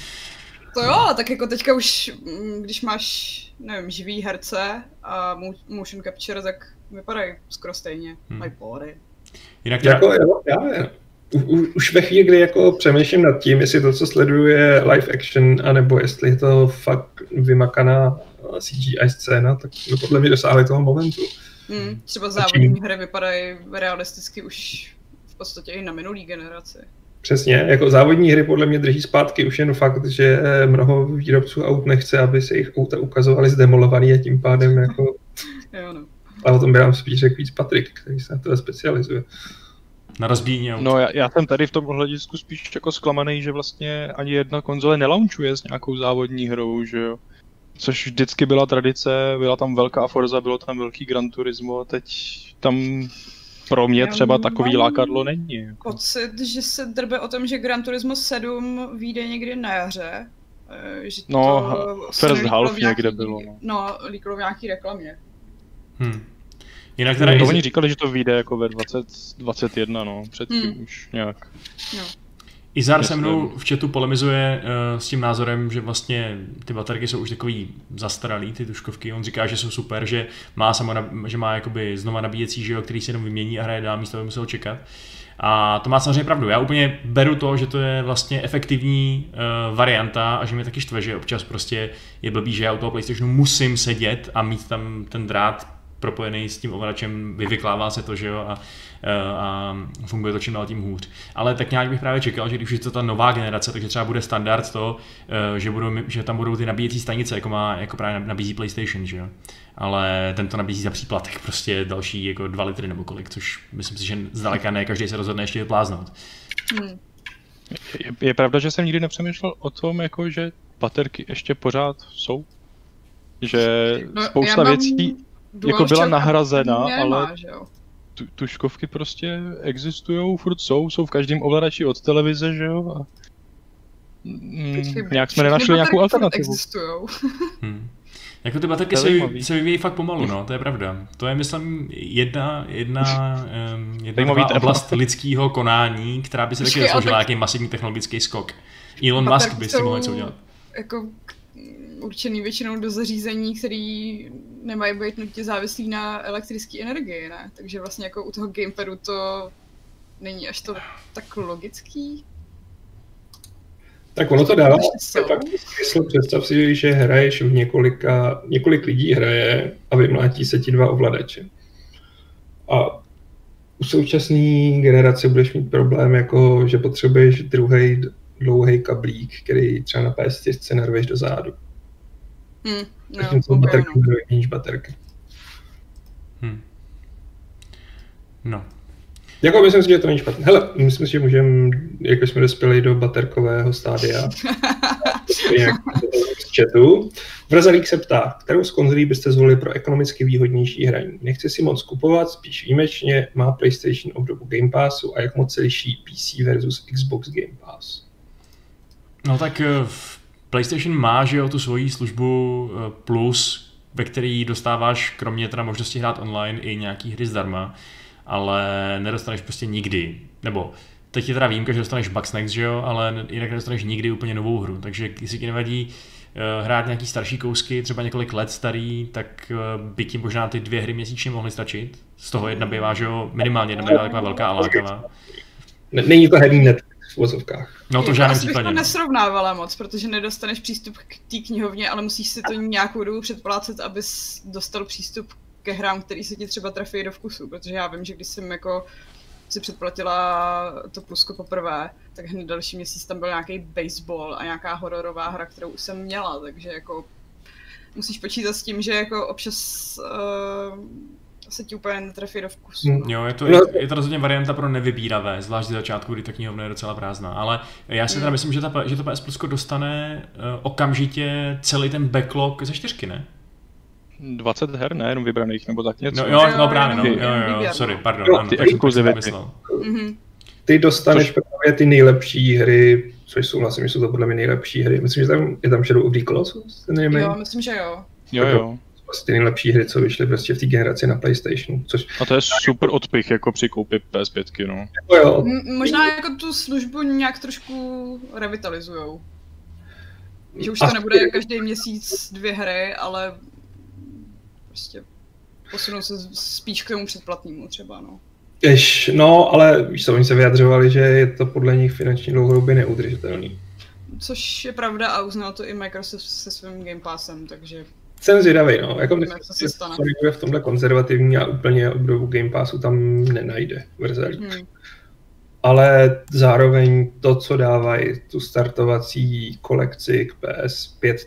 To jo, tak jako teďka už, když máš, nevím, živý herce a motion capture, tak vypadají skoro stejně. Hmm. Mají pohory. Jinak jako, jo, já, u, už ve chvíli, kdy jako přemýšlím nad tím, jestli to, co sleduje live action, anebo jestli je to fakt vymakaná C G I scéna, tak jsme podle mě dosáhli toho momentu. Hmm, třeba závodní hry vypadají realisticky už v podstatě i na minulý generaci. Přesně, jako závodní hry podle mě drží zpátky už jen fakt, že mnoho výrobců aut nechce, aby se jejich auta ukazovaly zdemolovaný a tím pádem jako... jo, no. A o tom by nám spíš řekl víc Patrik, který se na to specializuje. Na rozbíjení aut. No já, já jsem tady v tom hledisku spíš jako zklamaný, že vlastně ani jedna konzole nelaunchuje s nějakou závodní hrou, že jo. Což vždycky byla tradice, byla tam velká Forza, bylo tam velký Gran Turismo, teď tam pro mě třeba takový lákadlo není. Jako. Pocit, že se drbe o tom, že Gran Turismo sedm vyjde někdy na jaře. Že no, to first half někde bylo. No, no líklo v nějaký reklamě. Hmm. Jinak teda no, oni říkali, že to vyjde jako ve dvacet dvacet jedna, no, předtím hmm. už nějak. No. Izar se mnou v chatu polemizuje uh, s tím názorem, že vlastně ty baterky jsou už takový zastaralý, ty tuškovky. On říká, že jsou super, že má, samo, že má jakoby znova nabíjecí, že jo, který se jenom vymění a hraje dál, místo aby musel čekat. A to má samozřejmě pravdu. Já úplně beru to, že to je vlastně efektivní uh, varianta a že mě taky štve, že občas prostě je blbý, že já u toho PlayStationu musím sedět a mít tam ten drát propojený s tím ovladačem, vyvyklává se to, že jo, a, a funguje to čím dál tím hůř. Ale tak nějak bych právě čekal, že když je to ta nová generace, takže třeba bude standard to, že, budou, že tam budou ty nabíjecí stanice, jako, má, jako právě nabízí PlayStation, že jo. Ale ten to nabízí za příplatek, prostě další jako dva litry nebo kolik, což myslím si, že zdaleka ne každý se rozhodne ještě vypláznout. Hmm. Je, je pravda, že jsem nikdy nepřemýšlel o tom, jako, že baterky ještě pořád jsou? Že no, spousta věcí jako byla nahrazena, nemá, ale tu, tuškovky prostě existujou, furt jsou, jsou v každém ovladači od televize, že jo? A mm, nějak jsme nenašli nějakou alternativu. hmm. Jako ty baterky se, se vyvíjí fakt pomalu, no, to je pravda. To je, myslím, jedna, jedna, jedna oblast lidského konání, která by se taky zasloužila nějaký masivní technologický skok. Elon Musk by si mohl něco udělat. Jako určený většinou do zařízení, který nemají být nutně závislý na elektrické energii, ne? Takže vlastně jako u toho gamepadu to není až to tak logický. Tak ono to dává smysl. Představ si, že hraješ v několika, několik lidí hraje a vymlátí se ti dva ovladače. A u současné generace budeš mít problém, jako že potřebuješ druhý dlouhý kablík, který třeba na P S čtyři narveš do zádu. Hmm, no, Zatímco okay, baterky no. nevyměníš baterky. Hmm. No. Jako myslím si, že to není špatné. Hele, myslím si, že můžeme, jako jsme dospěli do baterkového stádia, z chatu. Vrazalík se ptá, kterou z konzolí byste zvolili pro ekonomicky výhodnější hraní? Nechci si moc kupovat, spíš výjimečně, má PlayStation obdobu Game Passu a jak moc se liší P C versus Xbox Game Pass? No tak PlayStation má, že jo, tu svoji službu Plus, ve který dostáváš kromě teda možnosti hrát online i nějaký hry zdarma, ale nedostaneš prostě nikdy, nebo teď je teda výjimka, že dostaneš Bugsnax, že jo, ale jinak nedostaneš nikdy úplně novou hru, takže jestli ti nevadí uh, hrát nějaký starší kousky, třeba několik let starý, tak uh, by ti možná ty dvě hry měsíčně mohly stačit, z toho jedna bývá, že jo, minimálně jedna bývá taková velká a lákavá. Není to herní Netflix v vozovkách. No to v žádném případě. Já bych to no. nesrovnávala moc, protože nedostaneš přístup k té knihovně, ale musíš si to nějakou dobu předplácet, abys dostal přístup ke hrám, který se ti třeba trefí do vkusu, protože já vím, že když jsem jako si předplatila to plusko poprvé, tak hned další měsíc tam byl nějaký baseball a nějaká hororová hra, kterou už jsem měla, takže jako musíš počítat s tím, že jako občas uh, se ti úplně netrefí do vkusu. Hmm. Jo, je to, je, je to rozhodně varianta pro nevybíravé, zvlášť z začátku, kdy ta knihovna je docela prázdná, ale já si teda Hmm. myslím, že, ta, že to P S Plusko dostane uh, okamžitě celý ten backlog ze čtyřky, ne? dvacet her, ne, jenom vybraných, nebo tak něco. No jo, Jo, no právě, no, jenom jo, jo, výběr, jo, sorry, no. pardon, Jo, ano, ty tak jsem exkluzivity. myslel. Mhm. Ty dostaneš Což- právě ty nejlepší hry, což souhlasím, že jsou to podle mě nejlepší hry. Myslím, že tam je tam Shadow of the Colossus, ten nejmen. Jo, myslím, že jo. Jo, jo. Vlastně ty nejlepší hry, co vyšly prostě v té generaci na PlayStationu, což A to je super odpich, jako při koupi P S pět, no. jako jo, M- možná jako tu službu nějak trošku revitalizujou. Že už to Asi- nebude každý měsíc dvě hry, ale prostě posunou se spíš k tomu předplatnému třeba, no. Jež, no, ale víš co, oni se vyjadřovali, že je to podle nich finančně dlouhodobě neudržitelný. Což je pravda a uznal to i Microsoft se svým Game Passem, takže Jsem zvědavý, no, jako Uvidíme, myslím, co se že stane. Sony bude v tomhle konzervativní a úplně obdobu Game Passu tam nenajde Vrzalík. hmm. Ale zároveň to, co dávají tu startovací kolekci k P S pět,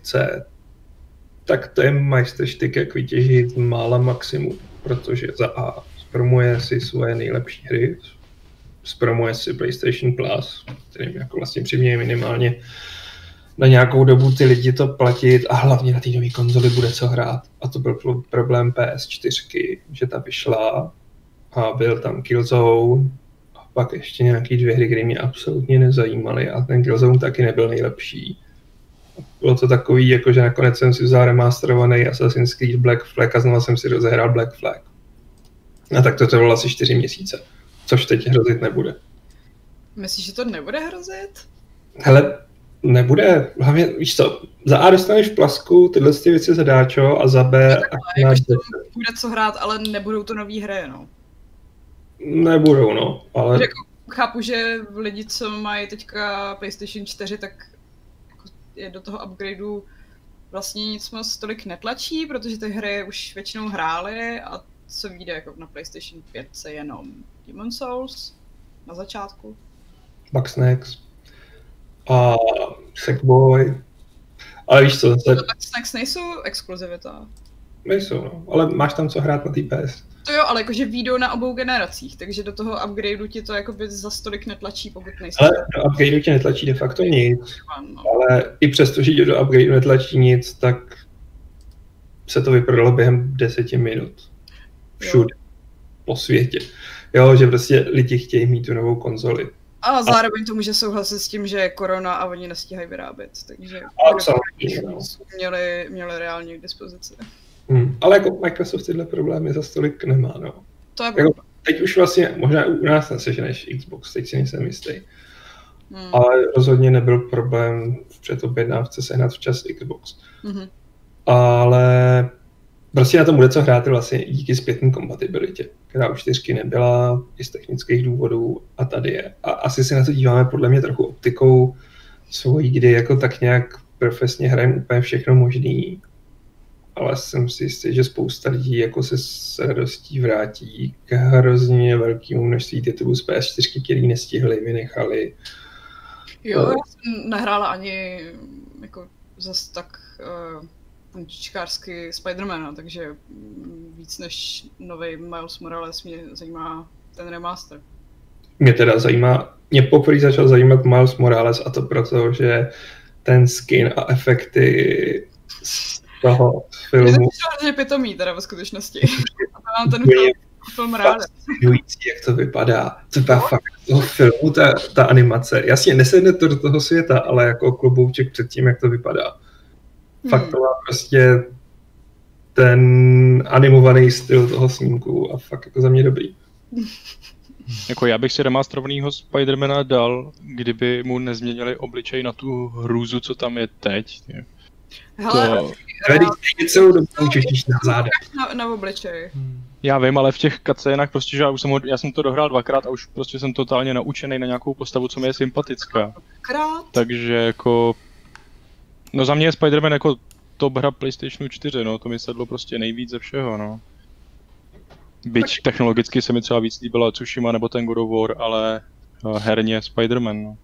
tak to je majstrštyk, jak vytěžit mála maximum, protože za A spromuje si svoje nejlepší hry, spromuje si PlayStation Plus, kterým jako vlastně přiměje minimálně na nějakou dobu ty lidi to platit a hlavně na té nové konzoli bude co hrát. A to byl problém P S čtyři, že ta vyšla a byl tam Killzone a pak ještě nějaký dvě hry, které mě absolutně nezajímaly a ten Killzone taky nebyl nejlepší. Bylo to takový, jako že nakonec jsem si vzal remasterovaný Assassin's Creed Black Flag a znovu jsem si rozehrál Black Flag. A tak to trvalo asi čtyři měsíce, což teď hrozit nebude. Myslíš, že to nebude hrozit? Hele, nebude, hlavně, víš co, za A dostaneš v plasku tyhle ty věci zadáčo a za B... Jakože to bude co hrát, ale nebudou to nový hry, no. Nebudou, no, ale... Jako, chápu, že lidi, co mají teďka PlayStation čtyři, tak jako je do toho upgradeu vlastně nic moc tolik netlačí, protože ty hry už většinou hrály a co vyjde jako na PlayStation pět jenom Demon's Souls na začátku. Bugsnax a Sackboy, ale víš co, zase Bugsnax nejsou exkluzivita. nejsou, no, ale máš tam co hrát na té P S. To jo, ale jakože výjdou na obou generacích, takže do toho upgradeu ti to jakoby za stolik netlačí, pokud nejsi. Ale do upgradeu tě netlačí de facto nic, No. ale i přesto, že tě do upgradeu netlačí nic, tak se to vyprodalo během deseti minut. Všude. Po světě. Jo, že prostě lidi chtějí mít tu novou konzoli. A zároveň to může souhlasit s tím, že je korona a oni nestíhají vyrábět, takže A samozřejmě, no. měli, měli reálně k dispozici. Hmm. Ale jako Microsoft tyhle problémy za stolik nemá, no. To je Jako, teď už vlastně, možná u nás neseženeš Xbox, teď si nejsem jistý. hmm. Ale rozhodně nebyl problém v předobjednávce sehnat včas Xbox. Mhm. Ale prostě na tom bude co hrát vlastně díky zpětné kompatibilitě, která u čtyřky nebyla i z technických důvodů a tady je. A asi se na to díváme podle mě trochu optikou svojí, kdy jako tak nějak profesně hrajem úplně všechno možný, ale jsem si jistý, že spousta lidí jako se s radostí vrátí k hrozně velkému množství titulů z P S čtyři, který nestihli, vynechali. Jo, já jsem nehrála ani jako zas tak uh, puntičkářsky Spidermana, takže víc než nový Miles Morales mě zajímá ten remaster. Mě teda zajímá, mě poprvé začal zajímat Miles Morales a to proto, že ten skin a efekty z toho filmu... Je to hrozně pitomý teda ve skutečnosti. A mám ten film, film rád. Jak to vypadá. To je fakt toho filmu, ta, ta animace. Jasně, nesedne to do toho světa, ale jako klobouček před tím, jak to vypadá. Fakt hmm. to má prostě ten animovaný styl toho snímku a fakt jako za mě dobrý. Jako já bych si remasterovanýho Spidermana dal, kdyby mu nezměnili obličej na tu hrůzu, co tam je teď. Hele, to... Tady celou dobu češtíš na záda. Na, na obličej. Já vím, ale v těch cutscénách prostě, že já, už jsem ho, já jsem to dohrál dvakrát a už prostě jsem totálně naučený na nějakou postavu, co mi je sympatická. Krát. Takže jako... No za mě je Spider-Man jako top hra PlayStation čtyři, no, to mi sedlo prostě nejvíc ze všeho, no. Byť technologicky se mi třeba víc líbila Tsushima nebo ten God of War, ale herně Spider-Man, no.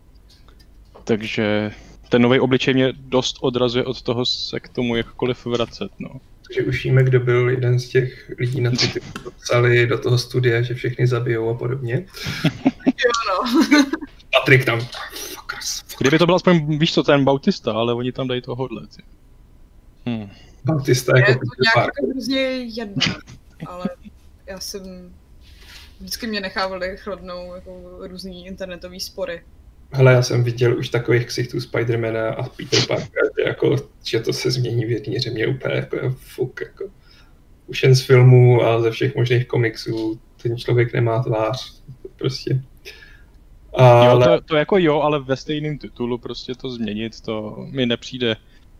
Takže ten nový obličej mě dost odrazuje od toho se k tomu jakkoliv vracet, no. Takže už víme, kdo byl jeden z těch lidí na Twitteru, kdo psali do toho studia, že všechny zabijou a podobně. Jo, no. Patrik tam... Fuckers, fuckers. Kdyby to byl aspoň, víš co, ten Bautista, ale oni tam dají tohohle. Hmm. Bautista jako... Je to nějak hrozně jedno, ale já jsem... Vždycky mě nechávali chladnou jako různý internetový spory. Hele, já jsem viděl už takových ksichtů Spidermana a Peter Parkera, že, jako, že to se změní v jedný hře, mě úplně jako fuk, jako. Už jen z filmů a ze všech možných komiksů, ten člověk nemá tvář, prostě. Ale... Jo, to, to jako jo, ale ve stejném titulu prostě to změnit, to mi nepřijde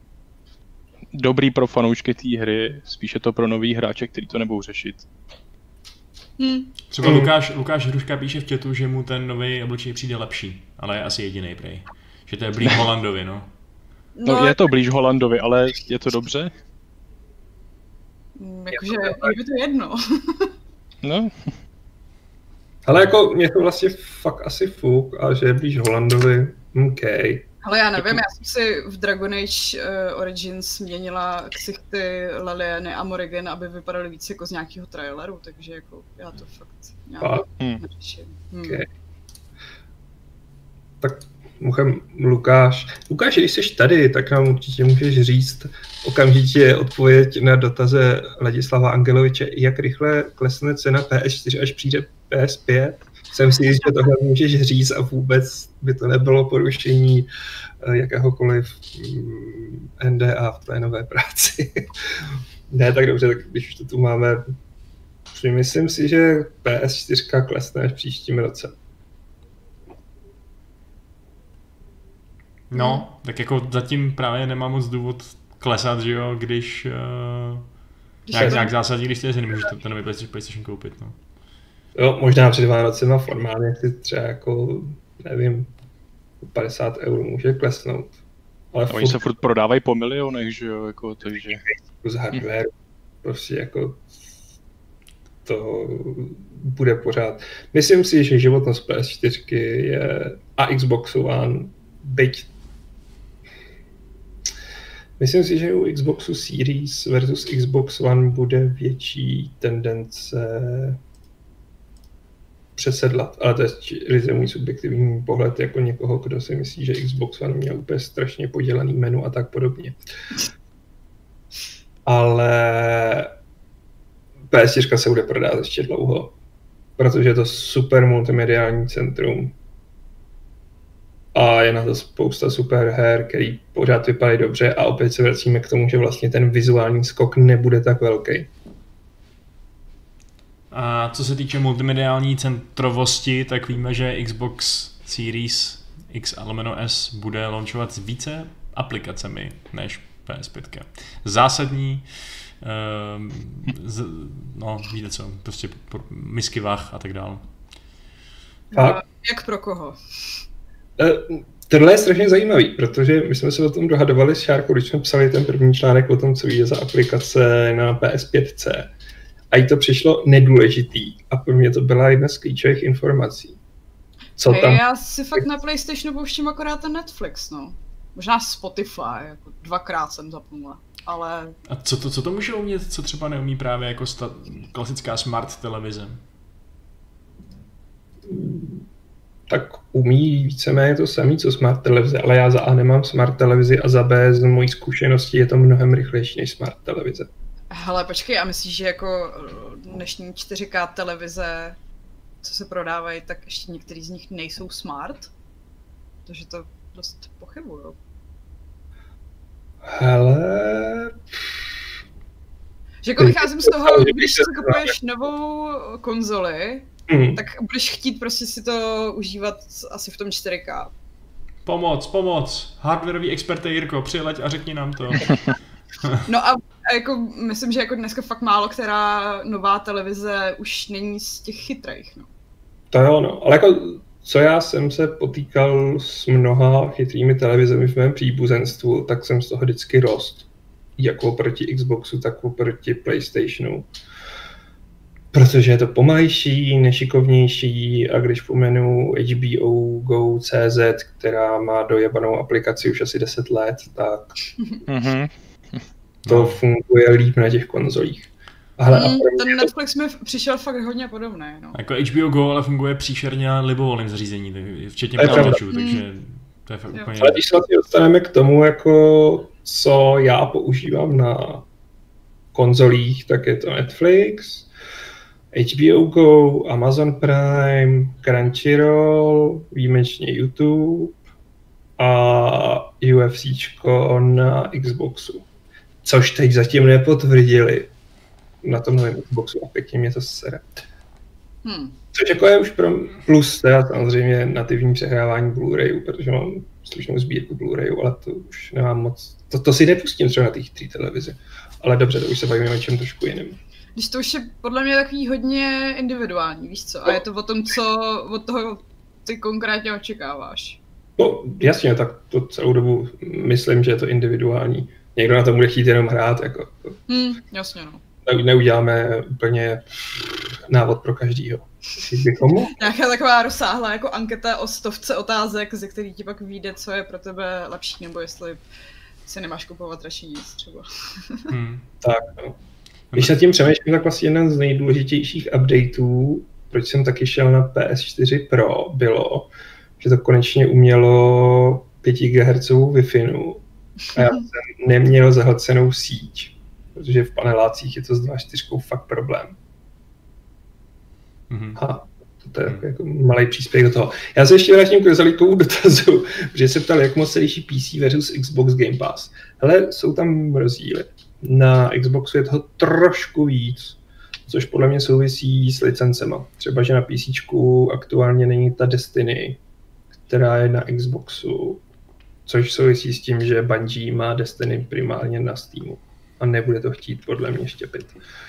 dobrý pro fanoušky té hry, spíše to pro nový hráče, který to nebudou řešit. Hmm. Třeba hmm. Lukáš, Lukáš Hruška píše v chatu, že mu ten nový obličej přijde lepší, ale je asi jedinej prej. Že to je blíž Holandovi, no. No, no je to blíž Holandovi, ale je to dobře? Jakože je by to jedno. No. Ale jako mě to vlastně fakt asi fuk a že je blíž Holandovi, OK. Ale já nevím, já jsem si v Dragon Age uh, Origins změnila ksichty Leliany a Morrigan, aby vypadaly víc jako z nějakého traileru, takže jako já to fakt nějak hmm. neřeším. Hmm. Okay. Tak můžem Lukáš. Lukáš, když jsi tady, tak nám určitě můžeš říct okamžitě odpověď na dotaze Ladislava Angeloviče, jak rychle klesne cena P S čtyři, až přijde P S pět. Jsem si jist, že tohle můžeš říct a vůbec by to nebylo porušení jakéhokoliv N D A v tvé nové práci. Ne, tak dobře, tak když už to tu máme, myslím si, že P S čtyři klesne v příštím roce. No, tak jako zatím právě nemám moc důvod klesat, že jo, když uh, nějak, nějak zásadní, když ty nemůžeš ten nový PlayStation koupit, no. Jo, možná před Vánocema formálně si třeba jako, nevím, padesát eur může klesnout. Ale oni furt... se furt prodávají po milionech, že jo, jako, takže... Z hardware, prostě jako to bude pořád. Myslím si, že životnost P S čtyři je a Xbox One, byť myslím si, že u Xboxu Series versus Xbox One bude větší tendence přesedlat, ale to je ryze můj subjektivní pohled jako někoho, kdo si myslí, že Xbox One měl úplně strašně podělaný menu a tak podobně. Ale P S čtyři se bude prodávat ještě dlouho, protože je to super multimediální centrum a je na to spousta super her, který pořád vypadají dobře a opět se vracíme k tomu, že vlastně ten vizuální skok nebude tak velký. A co se týče multimediální centrovosti, tak víme, že Xbox Series X a lomeno S bude launchovat s více aplikacemi než P S pět. Zásadní, um, z, no víte co, prostě misky vah a tak dále. A jak pro koho? Tohle je strašně zajímavý, protože my jsme se o tom dohadovali s Šárkou, když jsme psali ten první článek o tom, co je za aplikace na P S pět. A jí to přišlo nedůležitý. A pro mě to byla jedna z klíčových informací. Co hey, tam... Já si fakt na PlayStationu pouštím akorát ten Netflix, no. Možná Spotify, jako dvakrát jsem zapnula, ale... A co to, co to může umět, co třeba neumí právě jako sta- klasická smart televize? Tak umí víceméně to samé, co smart televize, ale já za A nemám smart televizi a za B z mojí zkušenosti je to mnohem rychlejší než smart televize. Hele, počkej, a myslíš, že jako dnešní čtyři ká televize, co se prodávají, tak ještě některý z nich nejsou smart? Takže to dost pochybuju. Hele... Že jako vycházím z toho, když si kupuješ novou konzoli, hmm. tak budeš chtít prostě si to užívat asi v tom čtyři ká. Pomoc, pomoc, hardwareový experte Jirko, přileď a řekni nám to. No a jako myslím, že jako dneska fakt málo která nová televize už není z těch chytrých, no. To jo, no, ale jako co já jsem se potýkal s mnoha chytrými televizemi v mém příbuzenstvu, tak jsem z toho vždycky rost. Jako oproti Xboxu, tak oproti PlayStationu. Protože je to pomalejší, nešikovnější a když pomenu H B O Go tečka cé zet, která má dojebanou aplikaci už asi deset let, tak to funguje líp na těch konzolích. Hele, mm, ten Netflix mi přišel fakt hodně podobný. No. Jako H B O Go ale funguje příšerně na libovolném zařízení, včetně počítačů, takže to je fakt jo. úplně... Ale když se vlastně dostaneme k tomu, jako, co já používám na konzolích, tak je to Netflix, H B O Go, Amazon Prime, Crunchyroll, výjimečně YouTube a UFCčko na Xboxu. Což teď zatím nepotvrdili na tom novém Xboxu a pěkně mě to sere. Hmm. Což jako je už pro plus teda samozřejmě nativní přehrávání Blu-rayu, protože mám slušnou sbírku Blu-rayu, ale to už nemám moc, to, to si nepustím třeba na těch tři televizi. Ale dobře, to už se bavíme o čem trošku jiném. Když to už je podle mě takový hodně individuální, víš co? A je to o tom, co od toho ty konkrétně očekáváš. No jasně, tak to celou dobu myslím, že je to individuální. Někdo na to bude chtít jenom hrát, jako. Hmm, jasně no. Neuděláme úplně návod pro každýho. Nějaká taková rozsáhlá jako anketa o stovce otázek, ze kterých ti pak vyjde, co je pro tebe lepší, nebo jestli si nemáš kupovat radši nic třeba. Hmm. Tak no. Když nad tím přemýšlím, tak vlastně jeden z nejdůležitějších updateů, proč jsem taky šel na P S čtyři Pro, bylo, že to konečně umělo pět gigahertzů Wi-Fi a já jsem neměl zahlcenou síť, protože v panelácích je to s dva čtyři fakt problém. Mm-hmm. A to je jako malý příspěvek do toho. Já se ještě vrátím k Rozalíkovu dotazu, protože se ptal, jak moc se liší P C versus Xbox Game Pass. Hele, jsou tam rozdíly. Na Xboxu je toho trošku víc, což podle mě souvisí s licencema. Třeba, že na PCčku aktuálně není ta Destiny, která je na Xboxu, což souvisí s tím, že Bungie má Destiny primárně na Steamu a nebude to chtít podle mě štěpit.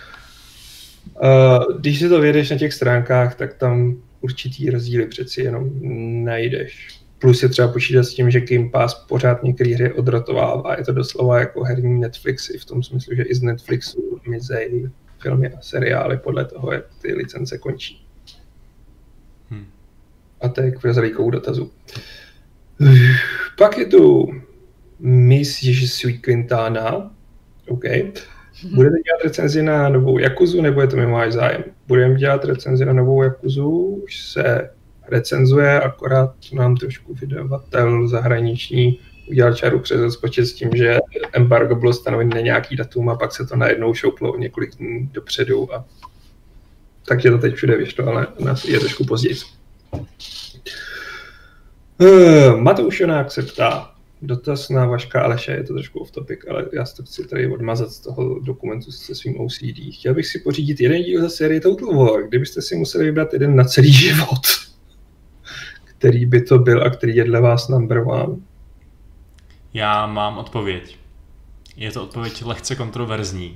Když si to vědeš na těch stránkách, tak tam určitý rozdíly přeci jenom najdeš. Plus je třeba počítat s tím, že Game Pass pořád některé hry odrotovává. Je to doslova jako herní Netflixy, v tom smyslu, že i z Netflixu mizejí filmy a seriály podle toho, jak ty licence končí. Hmm. A to je k Rozalíkovu dotazu. Pak je tu Miss Ježisuj Quintana. OK. Budete dělat recenzi na novou Yakuzu, nebo je to mimo váš zájem? Budeme dělat recenzi na novou Yakuzu, už se recenzuje, akorát nám trošku vydavatel zahraniční udělal čáru přes rozpočet s tím, že embargo bylo stanovené na nějaký datum a pak se to najednou šouplo několik dní dopředu a takže to teď všude vyšlo, ale nás je trošku později. Uh, Matouš Jonák se ptá, dotaz na Vaška Aleše, je to trošku off topic, ale já si to chci tady odmazat z toho dokumentu se svým O C D. Chtěl bych si pořídit jeden díl za sérii Total War, kdybyste si museli vybrat jeden na celý život. Který by to byl a který je dle vás number one? Já mám odpověď. Je to odpověď lehce kontroverzní.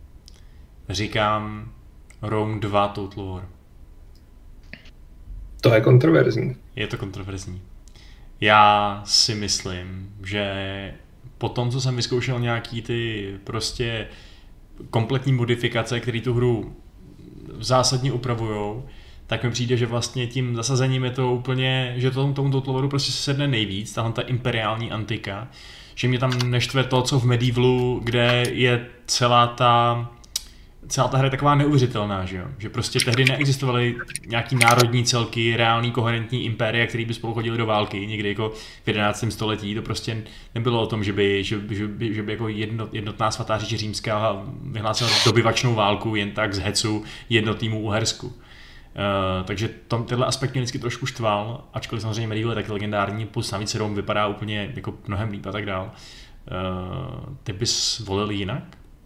Říkám Rome dva Total War. To je kontroverzní. Je to kontroverzní. Já si myslím, že po tom, co jsem vyzkoušel nějaký ty prostě kompletní modifikace, které tu hru zásadně upravujou, tak mi přijde, že vlastně tím zasazením je to úplně, že to tomu Total prostě se sedne nejvíc, tahle ta imperiální antika, že mě tam neštve to, co v Medievalu, kde je celá ta celá ta hra je taková neuvěřitelná, že jo? Že prostě tehdy neexistovaly nějaký národní celky, reální koherentní impéria, který by spolu chodili do války, někdy jako v jedenáctém století, to prostě nebylo o tom, že by, že, že by, že by jako jedno, jednotná svatá říše římská vyhlásila dobyvačnou válku jen tak z hecu jednotnému Uhersku. Uh, takže tom, tenhle aspekt mě vždycky trošku štval, ačkoliv samozřejmě Medieval je taky legendární, plus navíc Rome vypadá úplně jako mnohem líp a tak dál. Uh, ty bys volil jinak?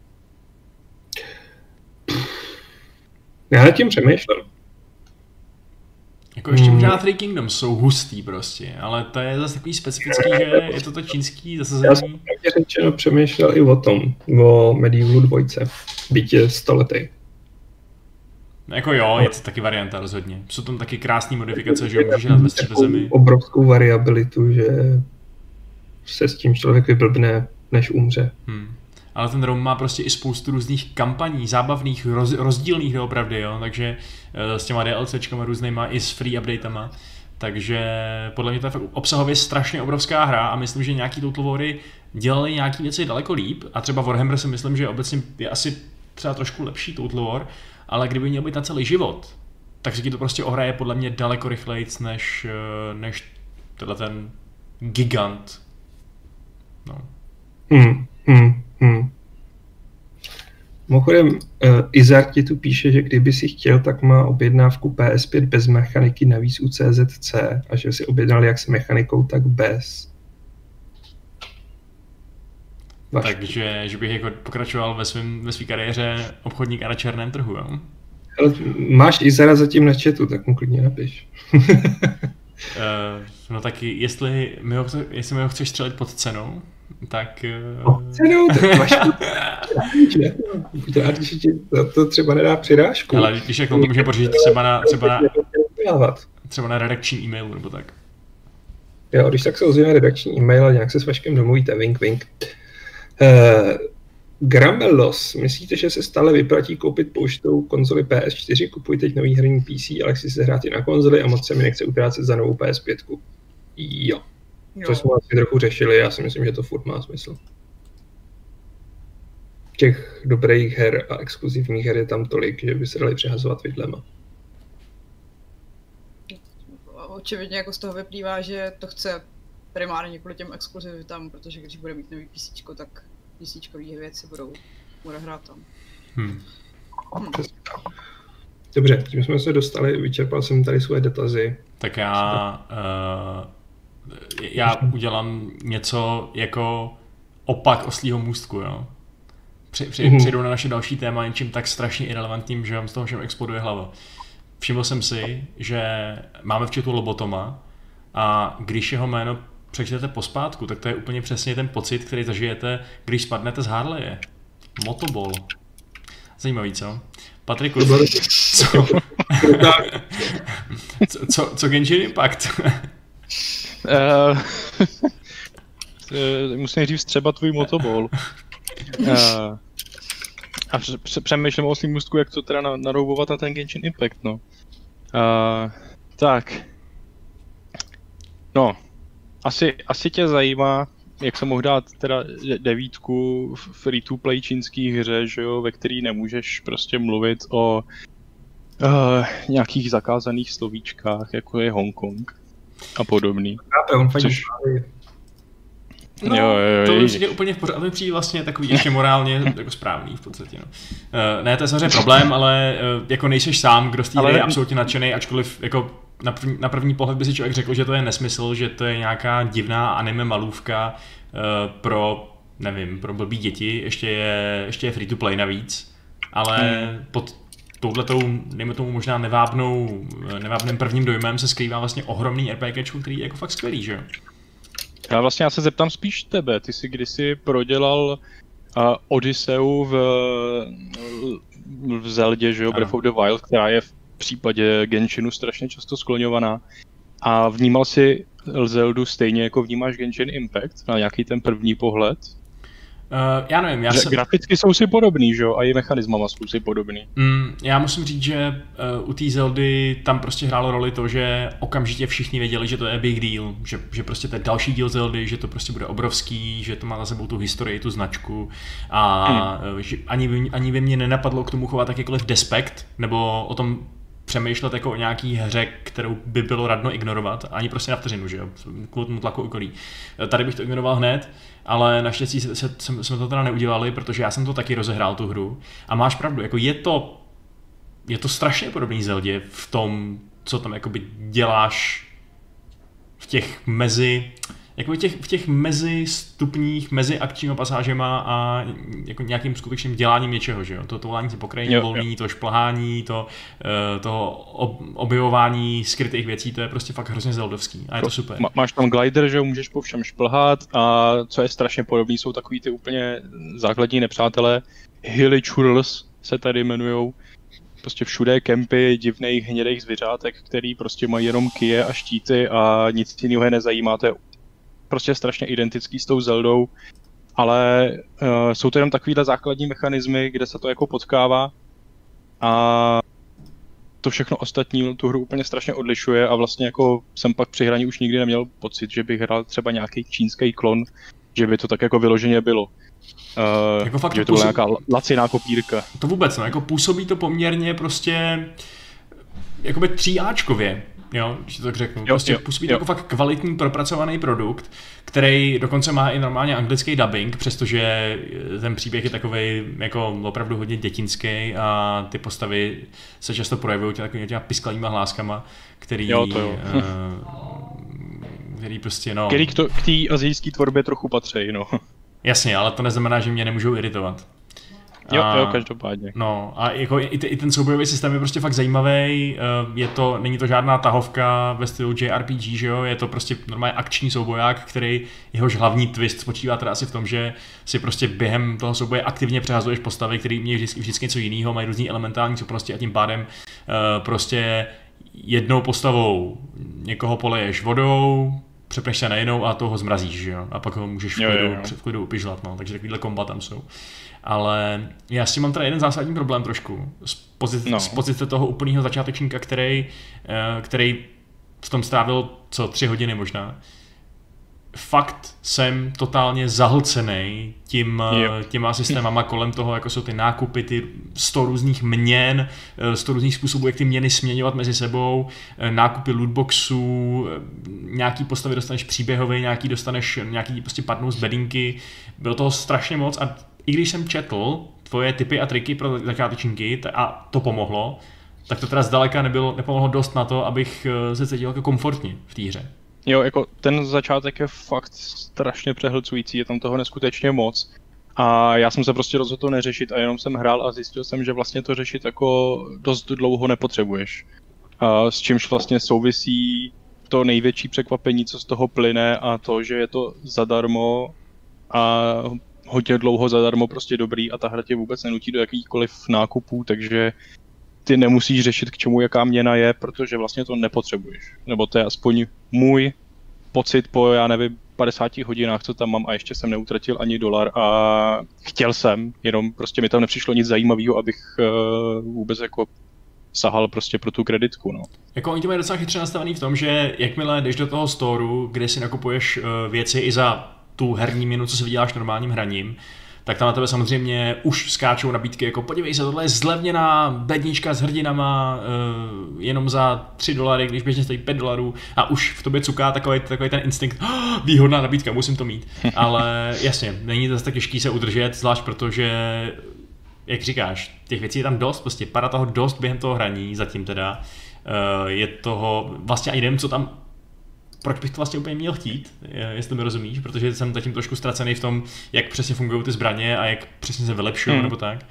Já nad tím přemýšlel. Jako ještě možná Three Kingdoms jsou hustý prostě, ale to je zase takový specifický, že je to to čínský zasazení. Já jsem pravdě řečeno přemýšlel i o tom, o Medievalu dvojce, byť je stoletý. No jako jo, je to taky varianta rozhodně. Jsou tam taky krásné modifikace, že můžeš hrát ve Středozemi. Obrovskou variabilitu, že se s tím člověk vyblbne, než umře. Hmm. Ale ten Rome má prostě i spoustu různých kampaní, zábavných, roz, rozdílných doopravdy, jo, takže e, s těma DLCčkama různýma i s free updatama, takže podle mě to je fakt obsahově strašně obrovská hra a myslím, že nějaký Total Wary dělali nějaký věci daleko líp a třeba Warhammer si myslím, že obecně je asi třeba trošku lepší Total War, ale kdyby měl být na celý život, tak se ti to prostě ohraje podle mě daleko rychlejc než, než tenhle ten gigant. No. Hmm, hmm. Hmm. Mimochodem, uh, Izar ti tu píše, že kdyby si chtěl, tak má objednávku P S pět bez mechaniky navíc u C Z C a že si objednal jak s mechanikou, tak bez. Vašku. Takže že bych jako pokračoval ve, svým, ve svý kariéře obchodníka na černém trhu, jo? Ale máš Izara zatím na chatu, tak mu klidně napiš. uh, no taky, jestli mi, ho, jestli mi ho chceš střelit pod cenou, tak... Uh... Pod cenou? Tak máš to, to, to třeba nedá přirážku. Ale když jako to může pořídit třeba na, třeba na, třeba na redakční e-mailu, nebo tak. Jo, když tak se ozvěme redakční e-mail a nějak se s Vaškem domluvíte, wink, wink. Uh, Gramelos, myslíte, že se stále vyplatí koupit použitou konzoli P S čtyři? Kupuj teď nový herní P C, ale chci se hrát i na konzoli a moc se mi nechce utrácet za novou P S pět. Jo. jo. To jsme asi trochu řešili, já si myslím, že to furt má smysl. Těch dobrých her a exkluzivních her je tam tolik, že by se dali přehazovat vidlema. Očividně jako z toho vyplývá, že to chce primárně kvůli těm exkluzivitám, protože když bude mít nový PCčko, tak PCčkový věci budou, bude hrát tam. Hmm. Hmm. Dobře, tím jsme se dostali, vyčerpal jsem tady svoje dotazy. Tak já, uh, já udělám něco jako opak oslího můstku, jo. Při, při, mm-hmm. Přijdu na naše další téma něčím tak strašně irrelevantním, že vám z toho všem exploduje hlava. Všiml jsem si, že máme v chatu Lobotoma a když jeho jméno přečtete pospátku, tak to je úplně přesně ten pocit, který zažijete, když spadnete z Harleje. Motobol. Zajímavý, co? Patriku, co, co, co, co Genshin Impact? uh, musím nejdřív střebat tvůj motobol. Uh, a pře- přemýšlím o svým můstku, jak to teda naroubovat na ten Genshin Impact, no. Uh, tak. No. Asi, asi tě zajímá, jak se mohl dát teda devítku v free-to-play čínský hře, že jo, ve který nemůžeš prostě mluvit o uh, nějakých zakázaných slovíčkách, jako je Hongkong a podobný. Což... No, jo, jo, jo, to je úplně v pořádku, to přijde vlastně takový ještě morálně jako správný v podstatě, no. Uh, ne, to je samozřejmě problém, ale uh, jako nejseš sám, kdo z té hry je absolutně nadšený, ačkoliv jako na první, na první pohled by si člověk řekl, že to je nesmysl, že to je nějaká divná anime malůvka uh, pro, nevím, pro blbý děti, ještě je, ještě je free to play navíc, ale hmm. pod touhletou, dejme tomu možná nevábnou, nevábným prvním dojmem se skrývá vlastně ohromný RPGčko, který je jako fakt skvělý, že jo? Já vlastně já se zeptám spíš tebe, ty jsi kdysi prodělal uh, Odysseu v, v Zeldě, že jo, Breath of the Wild, která je v případě Genshinu strašně často skloňovaná. A vnímal si Zeldu stejně jako vnímáš Genshin Impact na nějaký ten první pohled? Uh, já nevím, já jsem... Graficky jsou si podobný, že jo? A i mechanismama jsou si podobný. Mm, já musím říct, že uh, u té Zeldy tam prostě hrálo roli to, že okamžitě všichni věděli, že to je big deal, že, že prostě to je další díl Zeldy, že to prostě bude obrovský, že to má za sebou tu historii, tu značku a hmm. uh, že ani, ani by mě nenapadlo k tomu chovat jakýkoliv despekt, nebo o tom přemýšlet jako o nějaký hře, kterou by bylo radno ignorovat, ani prostě na vteřinu, že jo, kvůli tomu tlaku okolí. Tady bych to ignoroval hned, ale naštěstí se, se, jsme to teda neudělali, protože já jsem to taky rozehrál tu hru a máš pravdu, jako je to, je to strašně podobný Zeldě v tom, co tam jakoby děláš v těch mezi, jako v těch, v těch mezi stupních, mezi akčníma pasážema a jako nějakým skutečným děláním něčeho, že jo? To toulání si pokrajiny, volnění, to šplhání, to, to objevování skrytých věcí, to je prostě fakt hrozně zeldovský a je to super. Máš tam glider, že jo, můžeš po všem šplhat a co je strašně podobný, jsou takový ty úplně základní nepřátelé, Hilly Churls se tady jmenujou. Prostě všude kempy divných hnědých zvířátek, který prostě mají jenom kije a štíty a nic jiného je nezajímá, to je prostě strašně identický s tou Zeldou, ale uh, jsou to jenom takovýhle základní mechanismy, kde se to jako potkává a to všechno ostatní tu hru úplně strašně odlišuje a vlastně jako jsem pak při hraní už nikdy neměl pocit, že bych hrál třeba nějaký čínský klon, že by to tak jako vyloženě bylo. Uh, jako fakt že to byla nějaká laciná kopírka. To vůbec, no, jako působí to poměrně prostě jakoby tříáčkově. Jo, když to tak řeknu. Jo, prostě jo, působí jo. jako fakt kvalitní propracovaný produkt, který dokonce má i normálně anglický dubbing, přestože ten příběh je takovej jako opravdu hodně dětinský a ty postavy se často projevují takovými těma pisklavýma hláskama, který, jo, to jo. uh, který prostě no... Který k té asijské tvorbě trochu patří, no. Jasně, ale to neznamená, že mě nemůžou iritovat. Jo, a, jo, každopádně. No a jako i, t- i ten soubojový systém je prostě fakt zajímavý, je to, není to žádná tahovka ve stylu J R P G, že jo, je to prostě normálně akční souboják, který jehož hlavní twist spočívá teda asi v tom, že si prostě během toho souboje aktivně přehazuješ postavy, který mějí vždycky, vždycky něco jiného, mají různý elementální schopnosti a tím pádem uh, prostě jednou postavou někoho poleješ vodou, přepneš se na jinou a toho zmrazíš, že jo, a pak ho můžeš v klidu, jo, jo, jo. v klidu upižlat, no, takže takovýhle komba tam jsou. Ale já s tím mám teda jeden zásadní problém trošku, z pozice, no. z pozice toho úplného začátečníka, který, který v tom strávil co, tři hodiny možná. Fakt jsem totálně zahlcený tím, yep. těma systémama kolem toho, jako jsou ty nákupy, ty sto různých měn, sto různých způsobů, jak ty měny směňovat mezi sebou, nákupy lootboxů, nějaký postavy dostaneš příběhový, nějaký dostaneš, nějaký prostě padnou z bedinky, bylo toho strašně moc a i když jsem četl tvoje tipy a triky pro začátečníky a to pomohlo, tak to teda zdaleka nebylo, nepomohlo dost na to, abych se cítil jako komfortně v té hře. Jo, jako ten začátek je fakt strašně přehlcující, je tam toho neskutečně moc. A já jsem se prostě rozhodl to neřešit a jenom jsem hrál a zjistil jsem, že vlastně to řešit jako dost dlouho nepotřebuješ. A s čímž vlastně souvisí to největší překvapení, co z toho plyne a to, že je to zadarmo a hodně dlouho zadarmo prostě dobrý a ta hra tě vůbec nenutí do jakýchkoliv nákupů, takže ty nemusíš řešit, k čemu jaká měna je, protože vlastně to nepotřebuješ. Nebo to je aspoň můj pocit po, já nevím, padesáti hodinách, co tam mám a ještě jsem neutratil ani dolar a chtěl jsem, jenom prostě mi tam nepřišlo nic zajímavého, abych uh, vůbec jako sahal prostě pro tu kreditku, no. Jako oni to mají docela chytře nastavený v tom, že jakmile jdeš do toho storu, kde si nakupuješ uh, věci i za tu herní měnu, co si vyděláš normálním hraním, tak tam na tebe samozřejmě už skáčou nabídky, jako podívej se, tohle je zlevněná bednička s hrdinama uh, jenom za tři dolary, když běžně stojí pět dolarů a už v tobě cuká takový, takový ten instinkt, oh, výhodná nabídka, musím to mít. Ale jasně, není to zase tak těžký se udržet, zvlášť protože, jak říkáš, těch věcí je tam dost, prostě padá toho dost během toho hraní, zatím teda uh, je toho, vlastně ani nevím, co tam proč bych to vlastně úplně měl chtít, jestli mi rozumíš, protože jsem zatím trošku ztracený v tom, jak přesně fungují ty zbraně a jak přesně se vylepšují hmm. nebo tak.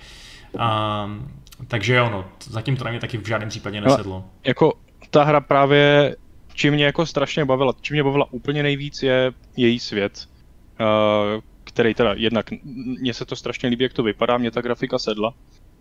A, takže jo, no, zatím to na mě taky v žádném případě nesedlo. No, jako ta hra právě, čím mě jako strašně bavila, čím mě bavila úplně nejvíc je její svět, uh, který teda jednak, mně se to strašně líbí, jak to vypadá, mě ta grafika sedla.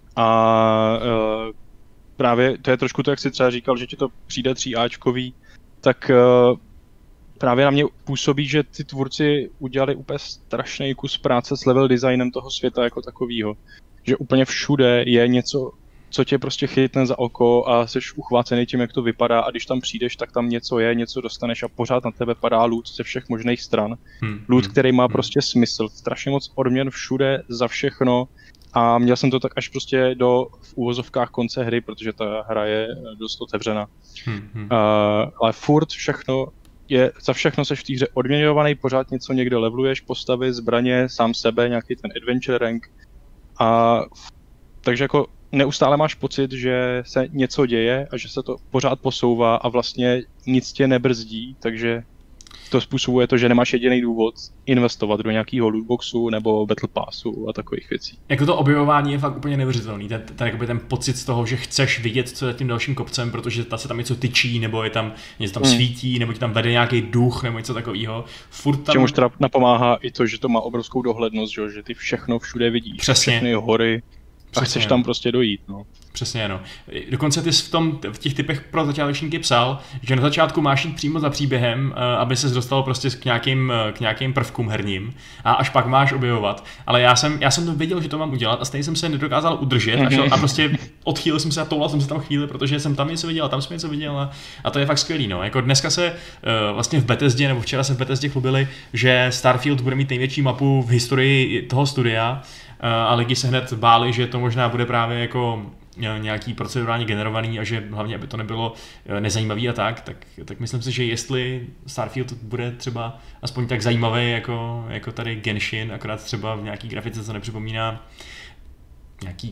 A uh, právě to je trošku to, jak jsi třeba říkal, že ti to přijde tříáčkový, tak uh, právě na mě působí, že ty tvůrci udělali úplně strašný kus práce s level designem toho světa jako takového. Že úplně všude je něco, co tě prostě chytne za oko a jsi uchvácený tím, jak to vypadá, a když tam přijdeš, tak tam něco je, něco dostaneš a pořád na tebe padá loot ze všech možných stran. Hmm. Loot, který má hmm. prostě smysl, strašně moc odměn všude, za všechno, a měl jsem to tak až prostě do v úvozovkách konce hry, protože ta hra je dost otevřená. Hmm. Uh, ale furt všechno je, za všechno seš v té hře odměňovaný, pořád něco někde leveluješ, postavy, zbraně, sám sebe, nějaký ten adventure rank. A takže jako neustále máš pocit, že se něco děje a že se to pořád posouvá a vlastně nic tě nebrzdí, takže to způsobuje to, že nemáš jediný důvod investovat do nějakého lootboxu nebo battle passu a takových věcí. Jako to objevování je fakt úplně neuvěřitelný, ten, ten, ten, ten pocit z toho, že chceš vidět, co je tím dalším kopcem, protože ta se tam něco tyčí, nebo je tam něco tam hmm. svítí, nebo ti tam vede nějaký duch, nebo něco takového. Furt tam... Čemuž teda napomáhá i to, že to má obrovskou dohlednost, že, že ty všechno všude vidíš, přesně. Všechny hory. A chceš tam prostě dojít, no. Přesně, no. Dokonce ty jsi v, tom, v těch typech pro začátečníky psal, že na začátku máš jít přímo za příběhem, aby ses dostal prostě k nějakým, k nějakým prvkům herním, a až pak máš objevovat. Ale já jsem, já jsem to věděl, že to mám udělat, a stejně jsem se nedokázal udržet a, šel, a prostě odchýlil jsem se a toulal jsem se tam chvíli, protože jsem tam něco viděl a tam jsem něco viděl, a, a to je fakt skvělý, no. Jako dneska se uh, vlastně v Bethesdě, nebo včera se v Bethesdě chlubili, že Starfield bude mít největší mapu v historii toho studia, a lidi se hned báli, že to možná bude právě jako nějaký procedurálně generovaný a že hlavně, aby to nebylo nezajímavý a tak, tak, tak myslím si, že jestli Starfield bude třeba aspoň tak zajímavý jako, jako tady Genshin, akorát třeba v nějaký grafice, co nepřipomíná nějaký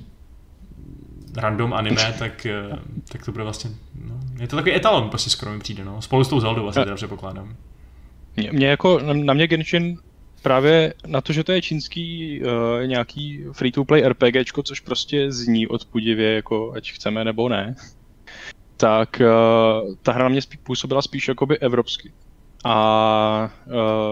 random anime, tak, tak to bude vlastně, no, je to takový etalon, prostě skoro mi přijde, no, spolu s tou Zeldou vlastně teda předpokládám. Mě, mě jako, na mě Genshin právě na to, že to je čínský uh, nějaký free-to-play RPGčko, což prostě zní odpudivě, jako ať chceme nebo ne, tak uh, ta hra na mě spí, působila spíš jakoby evropsky. A uh,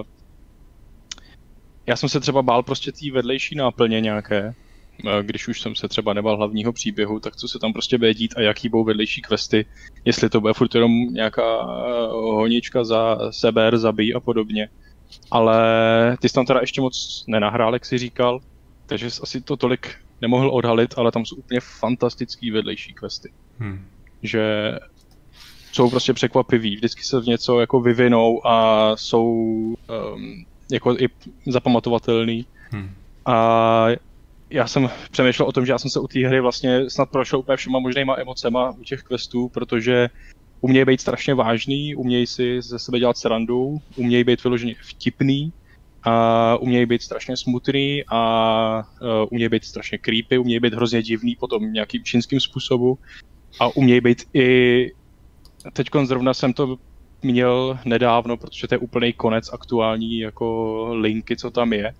já jsem se třeba bál prostě té vedlejší náplně nějaké, uh, když už jsem se třeba nebál hlavního příběhu, tak co se tam prostě bude dít a jaký budou vedlejší questy, jestli to bude furt jenom nějaká uh, honička za seber, zabij a podobně. Ale ty jsi tam teda ještě moc nenahrál, jak jsi říkal, takže jsi asi to tolik nemohl odhalit, ale tam jsou úplně fantastický vedlejší questy. Hmm. Že jsou prostě překvapivý, vždycky se v něco jako vyvinou a jsou um, jako i zapamatovatelný. Hmm. A já jsem přemýšlel o tom, že já jsem se u té hry vlastně snad prošel úplně všema možnýma emocema u těch questů, protože umějí být strašně vážný, umějí si ze sebe dělat srandu, umějí být vyloženě vtipný, a umějí být strašně smutný a uh, umějí být strašně creepy, umějí být hrozně divný potom nějakým čínským způsobu a umějí být i... Teďkon zrovna jsem to měl nedávno, protože to je úplný konec aktuální jako linky, co tam je.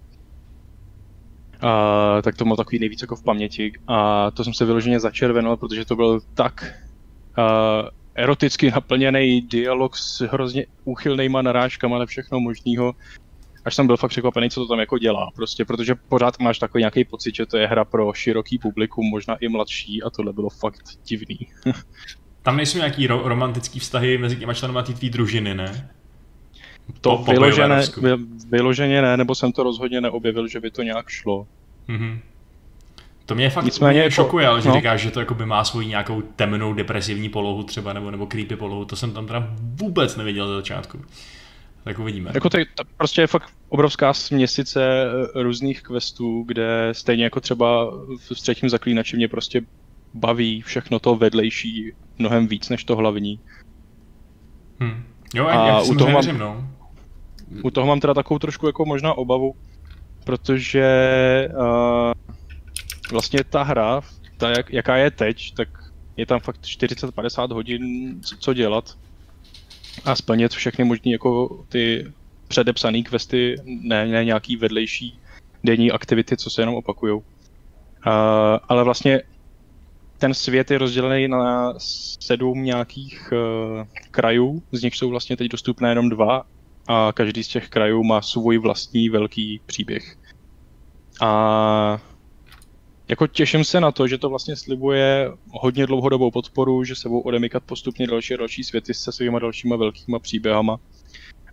A, tak to mám takový nejvíc jako v paměti a to jsem se vyloženě začervenil, protože to byl tak... Uh, eroticky naplněný dialog s hrozně úchylnýma narážkama na všechno možného, až jsem byl fakt překvapený, co to tam jako dělá, prostě, protože pořád máš takový nějaký pocit, že to je hra pro široký publikum, možná i mladší, a tohle bylo fakt divný. Tam nejsou nějaký ro- romantický vztahy mezi těma členama té tvý družiny, ne? To po, vyložené, vy, vyloženě ne, nebo jsem to rozhodně neobjevil, že by to nějak šlo. Mm-hmm. To mě fakt Nicméně jako, šokuje, ale že no. říkáš, že to jakoby má svoji nějakou temnou depresivní polohu třeba, nebo, nebo creepy polohu, to jsem tam teda vůbec neviděl ze začátku. Tak uvidíme. Jako to, to prostě je fakt obrovská směsice různých questů, kde stejně jako třeba v třetím Zaklínači mě prostě baví všechno to vedlejší mnohem víc než to hlavní. Hmm. Jo, a jak u toho, mám, věřím, no. u toho mám teda takovou trošku jako možná obavu, protože uh, vlastně ta hra, ta jak, jaká je teď, tak je tam fakt čtyřicet padesát hodin co, co dělat a splnit všechny možný jako ty předepsané questy, ne, ne nějaký vedlejší denní aktivity, co se jenom opakujou. Uh, ale vlastně ten svět je rozdělený na sedm nějakých uh, krajů, z nich jsou vlastně teď dostupné jenom dva a každý z těch krajů má svůj vlastní velký příběh. A jako těším se na to, že to vlastně slibuje hodně dlouhodobou podporu, že se budou odemykat postupně další a další světy se svýma dalšíma velkýma příběhama.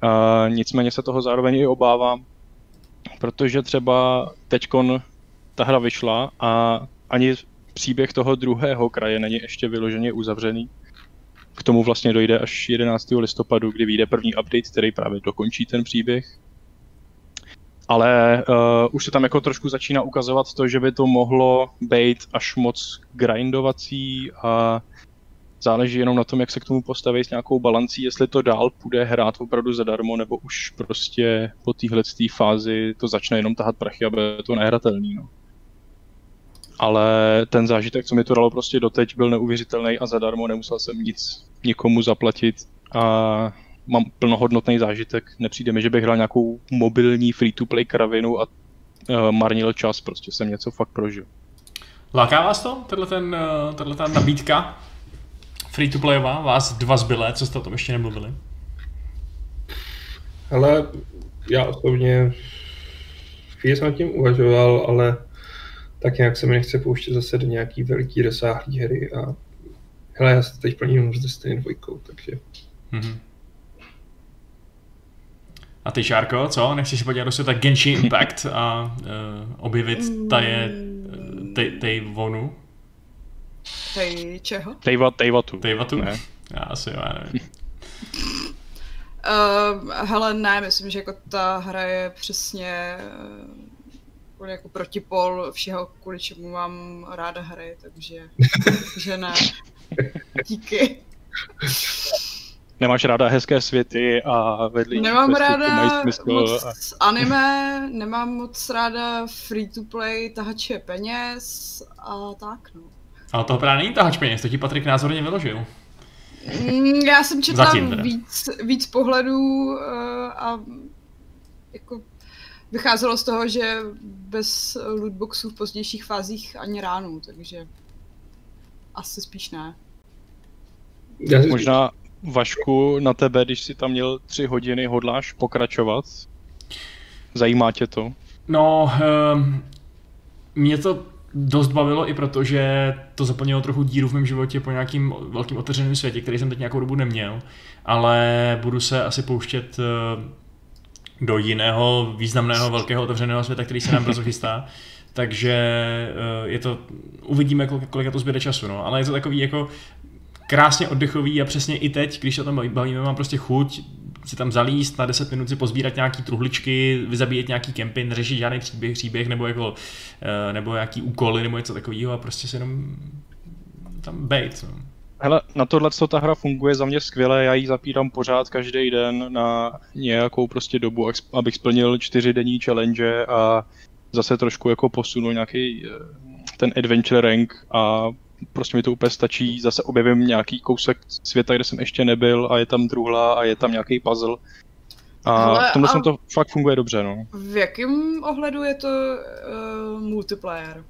Uh, nicméně se toho zároveň i obávám, protože třeba teďkon ta hra vyšla a ani příběh toho druhého kraje není ještě vyloženě uzavřený. K tomu vlastně dojde až jedenáctého listopadu, kdy vyjde první update, který právě dokončí ten příběh. Ale uh, už se tam jako trošku začíná ukazovat to, že by to mohlo být až moc grindovací a záleží jenom na tom, jak se k tomu postaví s nějakou balancí, jestli to dál půjde hrát opravdu zadarmo, nebo už prostě po téhle fázi to začne jenom tahat prachy a bude to nehratelný. No. Ale ten zážitek, co mi to dalo prostě doteď, byl neuvěřitelný a zadarmo, nemusel jsem nic nikomu zaplatit a mám plnohodnotný zážitek. Nepřijde mi, že bych hrál nějakou mobilní free-to-play kravinu a uh, marnil čas, prostě jsem něco fakt prožil. Láká vás to, tato ta nabídka free-to-playová? Vás dva zbylé, co jste o tom ještě nemluvili? Ale já osobně chvíli jsem nad tím uvažoval, ale tak nějak se mi nechce pouštět zase do nějaký veliký rozsáhlý hry a hele, já se teď plním s Destiny dva, takže... Mm-hmm. A ty, Šárko, co? Nechceš si podívat do světa Genshin Impact a uh, objevit taje Tejvonu? Tej čeho? Tejvatu. Tejvatu? Ne. Já asi jo, já nevím. Uh, hele, ne, myslím, že jako ta hra je přesně uh, jako protipol všeho, kvůli čemu mám ráda hry, takže, takže ne. Díky. Nemáš ráda hezké světy a vedlí nemám ráda smysl moc a... anime, nemám moc ráda free-to-play tahače peněz a tak, no. Ale to právě není tahač peněz, to ti Patrik názorně vyložil. Já jsem četla Zatím, víc, víc pohledů uh, a jako vycházelo z toho, že bez lootboxů v pozdějších fázích ani ránu, takže asi spíš ne. Možná, Vašku, na tebe, když jsi tam měl tři hodiny, hodláš pokračovat? Zajímá tě to? No, um, mě to dost bavilo i proto, že to zaplnilo trochu díru v mém životě po nějakým velkým otevřeném světě, který jsem teď nějakou dobu neměl, ale budu se asi pouštět do jiného významného velkého otevřeného světa, který se nám brzo chystá, takže je to, uvidíme, kolika to zbyde času, no, ale je to takový jako krásně oddechový a přesně i teď, když se o tom bavíme, mám prostě chuť si tam zalíst, na deset minut si pozbírat nějaký truhličky, vyzabíjet nějaký kempy, neřešit žádný příběh, příběh nebo, jako, nebo nějaký úkoly nebo něco takového a prostě si jenom tam bejt. No. Hele, na tohle ta hra funguje za mě skvěle, já ji zapírám pořád každý den na nějakou prostě dobu, abych splnil čtyřidenní challenge a zase trošku jako posunu nějaký ten adventure rank a prostě mi to úplně stačí, zase objevím nějaký kousek světa, kde jsem ještě nebyl a je tam truhla a je tam nějaký puzzle. A hele, v tomhle jsem to fakt funguje dobře, no. V jakém ohledu je to uh, multiplayer?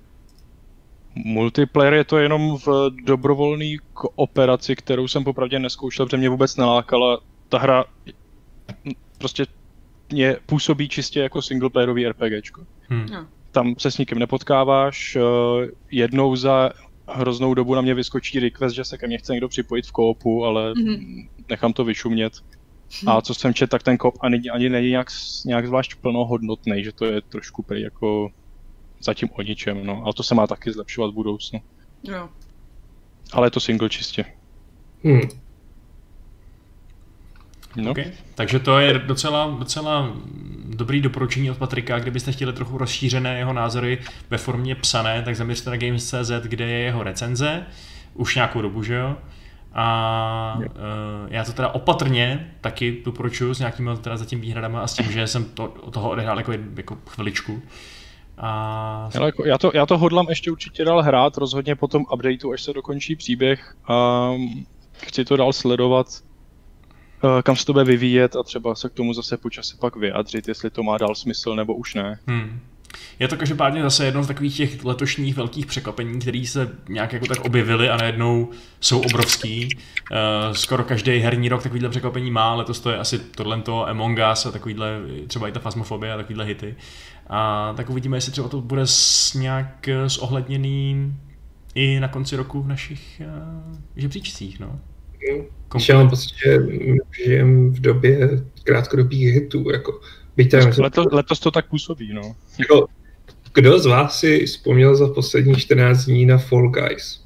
Multiplayer je to jenom v dobrovolný kooperaci, kterou jsem popravdě neskoušel, protože mě vůbec nelákala. Ta hra prostě mě působí čistě jako singleplayerový RPGčko. Hmm. No. Tam se s nikým nepotkáváš, jednou za hroznou dobu na mě vyskočí request, že se ke mně chce někdo připojit v koopu, ale mm-hmm. nechám to vyšumět. A co jsem četl, tak ten koop ani, ani není nějak, nějak zvlášť plnohodnotný, že to je trošku prý jako zatím o ničem, no. Ale to se má taky zlepšovat v budoucnu. Jo. Ale je to single čistě. Hmm. No. Okay. Takže to je docela, docela dobrý doporučení od Patrika, kdybyste chtěli trochu rozšířené jeho názory ve formě psané, tak zaměřte na Games tečka cé zet, kde je jeho recenze, už nějakou dobu, že jo? A uh, já to teda opatrně taky doporučuji s nějakými teda zatím výhradama a s tím, že jsem to, toho odehrál jako, jako chviličku. A... Hele, já, to, já to hodlám ještě určitě dál hrát, rozhodně po tom updateu, až se dokončí příběh a chci to dál sledovat, kam se to bude vyvíjet a třeba se k tomu zase po čase pak vyjádřit, jestli to má dál smysl nebo už ne. Hmm. Je to každopádně zase jedno z takových těch letošních velkých překvapení, které se nějak jako tak objevily a najednou jsou obrovský. Uh, skoro každý herní rok takovýhle překvapení má, letos to je asi tohleto Among Us a takovýhle, třeba i ta Phasmophobia a takovýhle hity. A tak uvidíme, jestli třeba to bude s nějak zohledněný i na konci roku v našich uh, žebříčcích, no. Když já mám pocit, že žijem v době krátkodobých hitů, jako byť tam, letos, letos to tak působí, no. Jako, kdo z vás si vzpomněl za posledních čtrnáct dní na Fall Guys?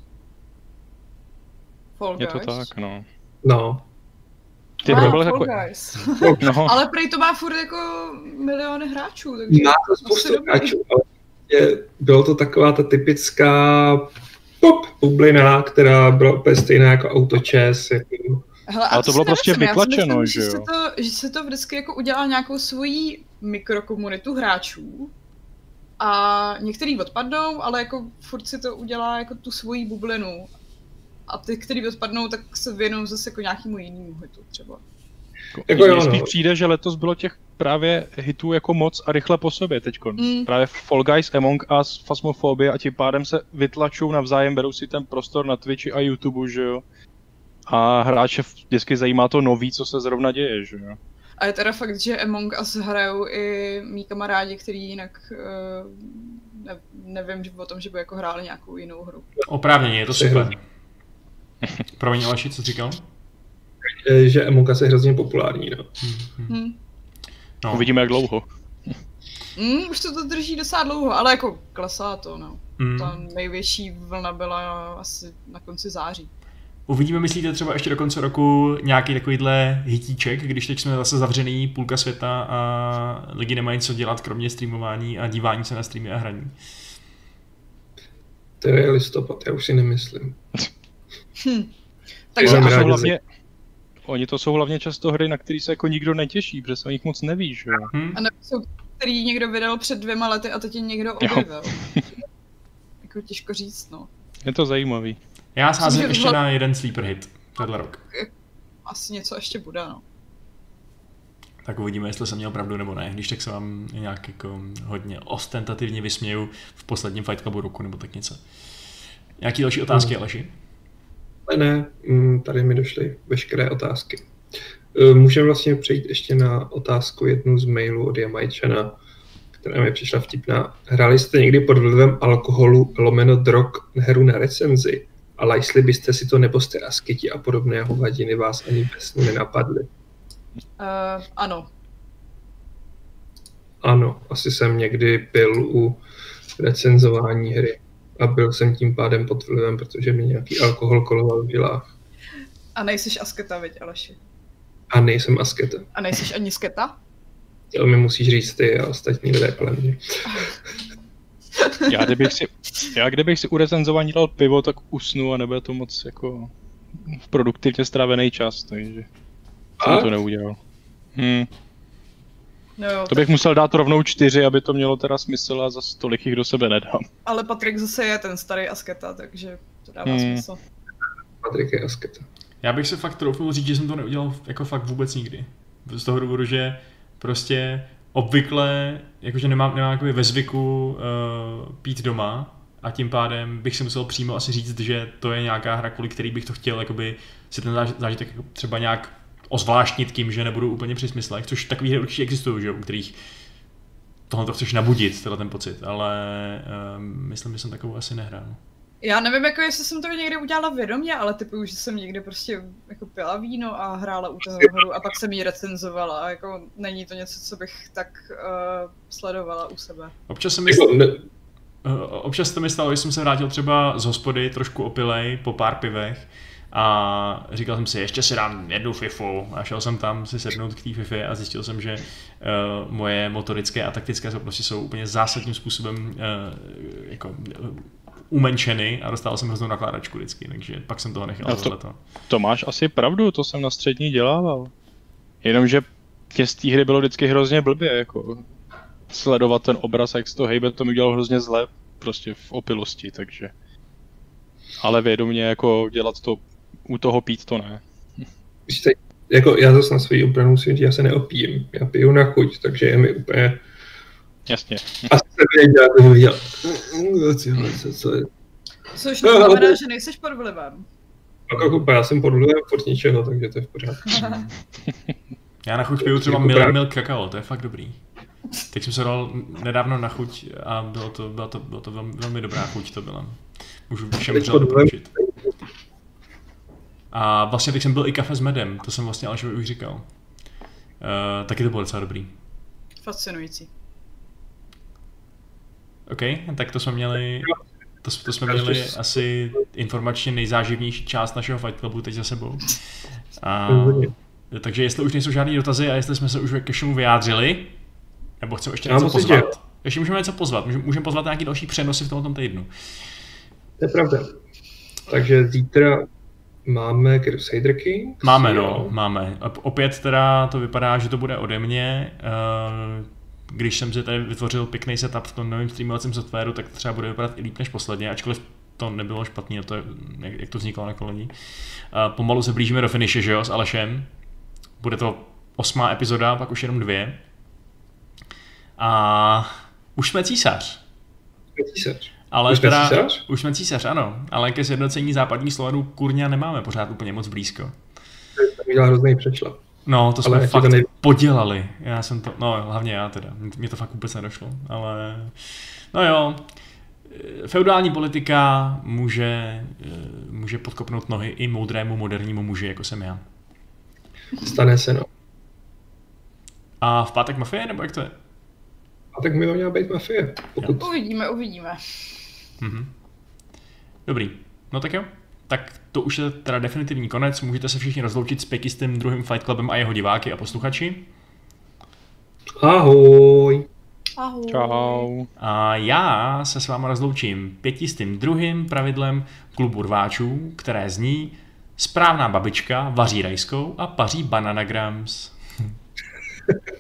Fall Guys? Je to tak, no. No. Ty Má, byl Fall jako... Guys. No. Ale prej to má furt jako miliony hráčů, takže... Má to spoustu hráčů, ale je, bylo to taková ta typická pop bublina, která byla úplně stejná jako AutoChess. Jako... Hele, ale to bylo prostě vytlačeno, že jo? Že se to, že se to vždycky jako udělal nějakou svoji mikrokomunitu hráčů a některý odpadnou, ale jako furt si to udělá jako tu svoji bublinu. A ty, který odpadnou, tak se věnou zase jako nějakému jinému hitu třeba. Jako mně spíš přijde, že letos bylo těch právě hitů jako moc a rychle po sobě teďko. Mm. Právě Fall Guys, Among Us, Phasmophobia a tím pádem se vytlačují navzájem, berou si ten prostor na Twitchi a YouTube, že jo. A hráče vždycky zajímá to nový, co se zrovna děje, že jo. A je teda fakt, že Among Us hrajou i mý kamarádi, kteří jinak uh, ne, nevím že o tom, že by jako hráli nějakou jinou hru. Oprávněně, je to super. Promiň, Aleši, co jsi říkal? Že Among Us je hrozně populární, no. Hmm. no. Uvidíme, jak dlouho. Mm, už to, to drží docela dlouho, ale jako klesá to, no. Mm. Ta největší vlna byla asi na konci září. Uvidíme, myslíte třeba ještě do konce roku nějaký takovýhle hitíček, když teď jsme zase zavřený půlka světa a lidi nemají co dělat, kromě streamování a dívání se na streamy a hraní? To je listopad, já už si nemyslím. Hm. Takže to jsou hlavně, oni to jsou hlavně často hry, na které se jako nikdo netěší, protože se o nich moc neví, že jo? Hmm. A nebo jsou, který někdo vydal před dvěma lety a teď je někdo objevil. Jako těžko říct, no. Je to zajímavý. Já sázím ještě hla... na jeden sleeper hit tenhle rok. Asi něco ještě bude, no. Tak uvidíme, jestli jsem měl pravdu nebo ne. Když tak se vám nějak jako hodně ostentativně vysměju v posledním Fight Clubu roku nebo tak něco. Nějaký další otázky, no. Aleši? Ne, tady mi došly veškeré otázky. Můžeme vlastně přejít ještě na otázku jednu z mailů od Jamajčana, která mi přišla vtipná. Hráli jste někdy pod vlivem alkoholu lomeno drog hru na recenzi? A lajsli byste si to, nebo jste asketi a podobné hovadiny vás ani ve snu nenapadly? Uh, ano. Ano, asi jsem někdy pil u recenzování hry. A byl jsem tím pádem pod vlivem, protože mi nějaký alkohol koloval v žilách. A nejsiš asketa, viď, Aleši? A nejsem asketa. A nejsiš ani sketa? To mi musíš říct ty a ostatní lidé kolem mě. Já kdybych si, já kdybych si u recenzování dal pivo, tak usnu a nebude to moc jako produktivně strávený čas, takže jsem to neudělal. Hm. No jo, to bych tak... musel dát rovnou čtyři, aby to mělo teda smysl a zase tolik jich do sebe nedám. Ale Patrik zase je ten starý asketa, takže to dává hmm. smysl. Patrik je asketa. Já bych se fakt troufnul říct, že jsem to neudělal jako fakt vůbec nikdy. Z toho důvodu, že prostě obvykle, jakože nemám, nemám jakoby ve zvyku uh, pít doma a tím pádem bych si musel přímo asi říct, že to je nějaká hra, kvůli který bych to chtěl jakoby si ten zážitek jako třeba nějak ozvláštnit tím, že nebudu úplně při smyslech, což takový hry určitě existují, že, u kterých tohle to chceš nabudit, tenhle ten pocit, ale um, myslím, že jsem takovou asi nehrál. Já nevím, jako jestli jsem to někdy udělala vědomě, ale typuju, že jsem někdy prostě jako pila víno a hrála u toho hru a pak jsem ji recenzovala a jako není to něco, co bych tak uh, sledovala u sebe. Občas se mi občas to mi stalo, že jsem se vrátil třeba z hospody trošku opilej po pár pivech a říkal jsem si, ještě si dám jednu fifu a šel jsem tam si sednout k té fify a zjistil jsem, že uh, moje motorické a taktické schopnosti jsou úplně zásadním způsobem uh, jako uh, umenšeny a dostal jsem hroznou nakládačku vždycky, takže pak jsem toho nechal. To, to. to máš asi pravdu, to jsem na střední dělával. Jenomže mě z té hry bylo vždycky hrozně blbě, jako sledovat ten obraz, jak se to hejbe, to mi udělalo hrozně zle, prostě v opilosti, takže. Ale vědomě jako dělat to, u toho pít to ne. Víte, jako já zase na svoji obranu si já se neopijím, já piju na chuť, takže je mi úplně... Jasně. Asi jsem věděl, že bych viděl. Co je? Což neznamená, že nejseš pod vlivem. Jako, já jsem pod vlivem pod ničeho, takže to je v pořádku. Já na chuť piju třeba milk, milk kakao, to je fakt dobrý. Teď jsem se dal nedávno na chuť a bylo to, bylo to, bylo to velmi, velmi dobrá chuť to byla. Můžu všem třeba doporučit. A vlastně teď jsem byl i kafe s medem, to jsem vlastně Alešovi už říkal. Uh, taky to bylo docela dobrý. Fascinující. OK, tak to jsme měli, to, to jsme měli asi informačně nejzáživnější část našeho Fight Clubu teď za sebou. A, takže jestli už nejsou žádný dotazy a jestli jsme se už ke všemu vyjádřili, nebo chceme ještě něco pozvat. Ještě můžeme něco pozvat, můžeme pozvat nějaký další přenosy v tomto týdnu. To je pravda. Takže zítra máme Crusader Kings. Máme, no, máme. Opět teda to vypadá, že to bude ode mě. Když jsem si tady vytvořil pěkný setup v tom novém streamovacím softwaru, tak to třeba bude vypadat i líp než posledně, ačkoliv to nebylo špatný, no to, jak to vzniklo na kolení. Pomalu se blížíme do finiše, že jo, s Alešem. Bude to osmá epizoda, pak už jenom dvě. A už jsme císař. Jsme císař. Ale už jsme teda, císař? Už jsme císař, ano. Ale ke sjednocení západních Slovanů kurňa nemáme pořád úplně moc blízko. To udělal hrozný přešlap. No, to jsme ale fakt to nej... podělali. Já jsem to, no hlavně já teda. Mně to fakt vůbec nedošlo, ale no jo. Feudální politika může, může podkopnout nohy i moudrému modernímu muži, jako jsem já. Stane se, no. A v pátek mafie, nebo jak to je? A tak by to měla být mafie. Pokud... Uvidíme, uvidíme. Mhm. Dobrý. No tak jo. Tak to už je teda definitivní konec. Můžete se všichni rozloučit s pěkistým druhým Fight Clubem a jeho diváky a posluchači. Ahoj. Ahoj. Čau. A já se s váma rozloučím pětistým druhým pravidlem klubu rváčů, které zní: správná babička vaří rajskou a paří bananagrams.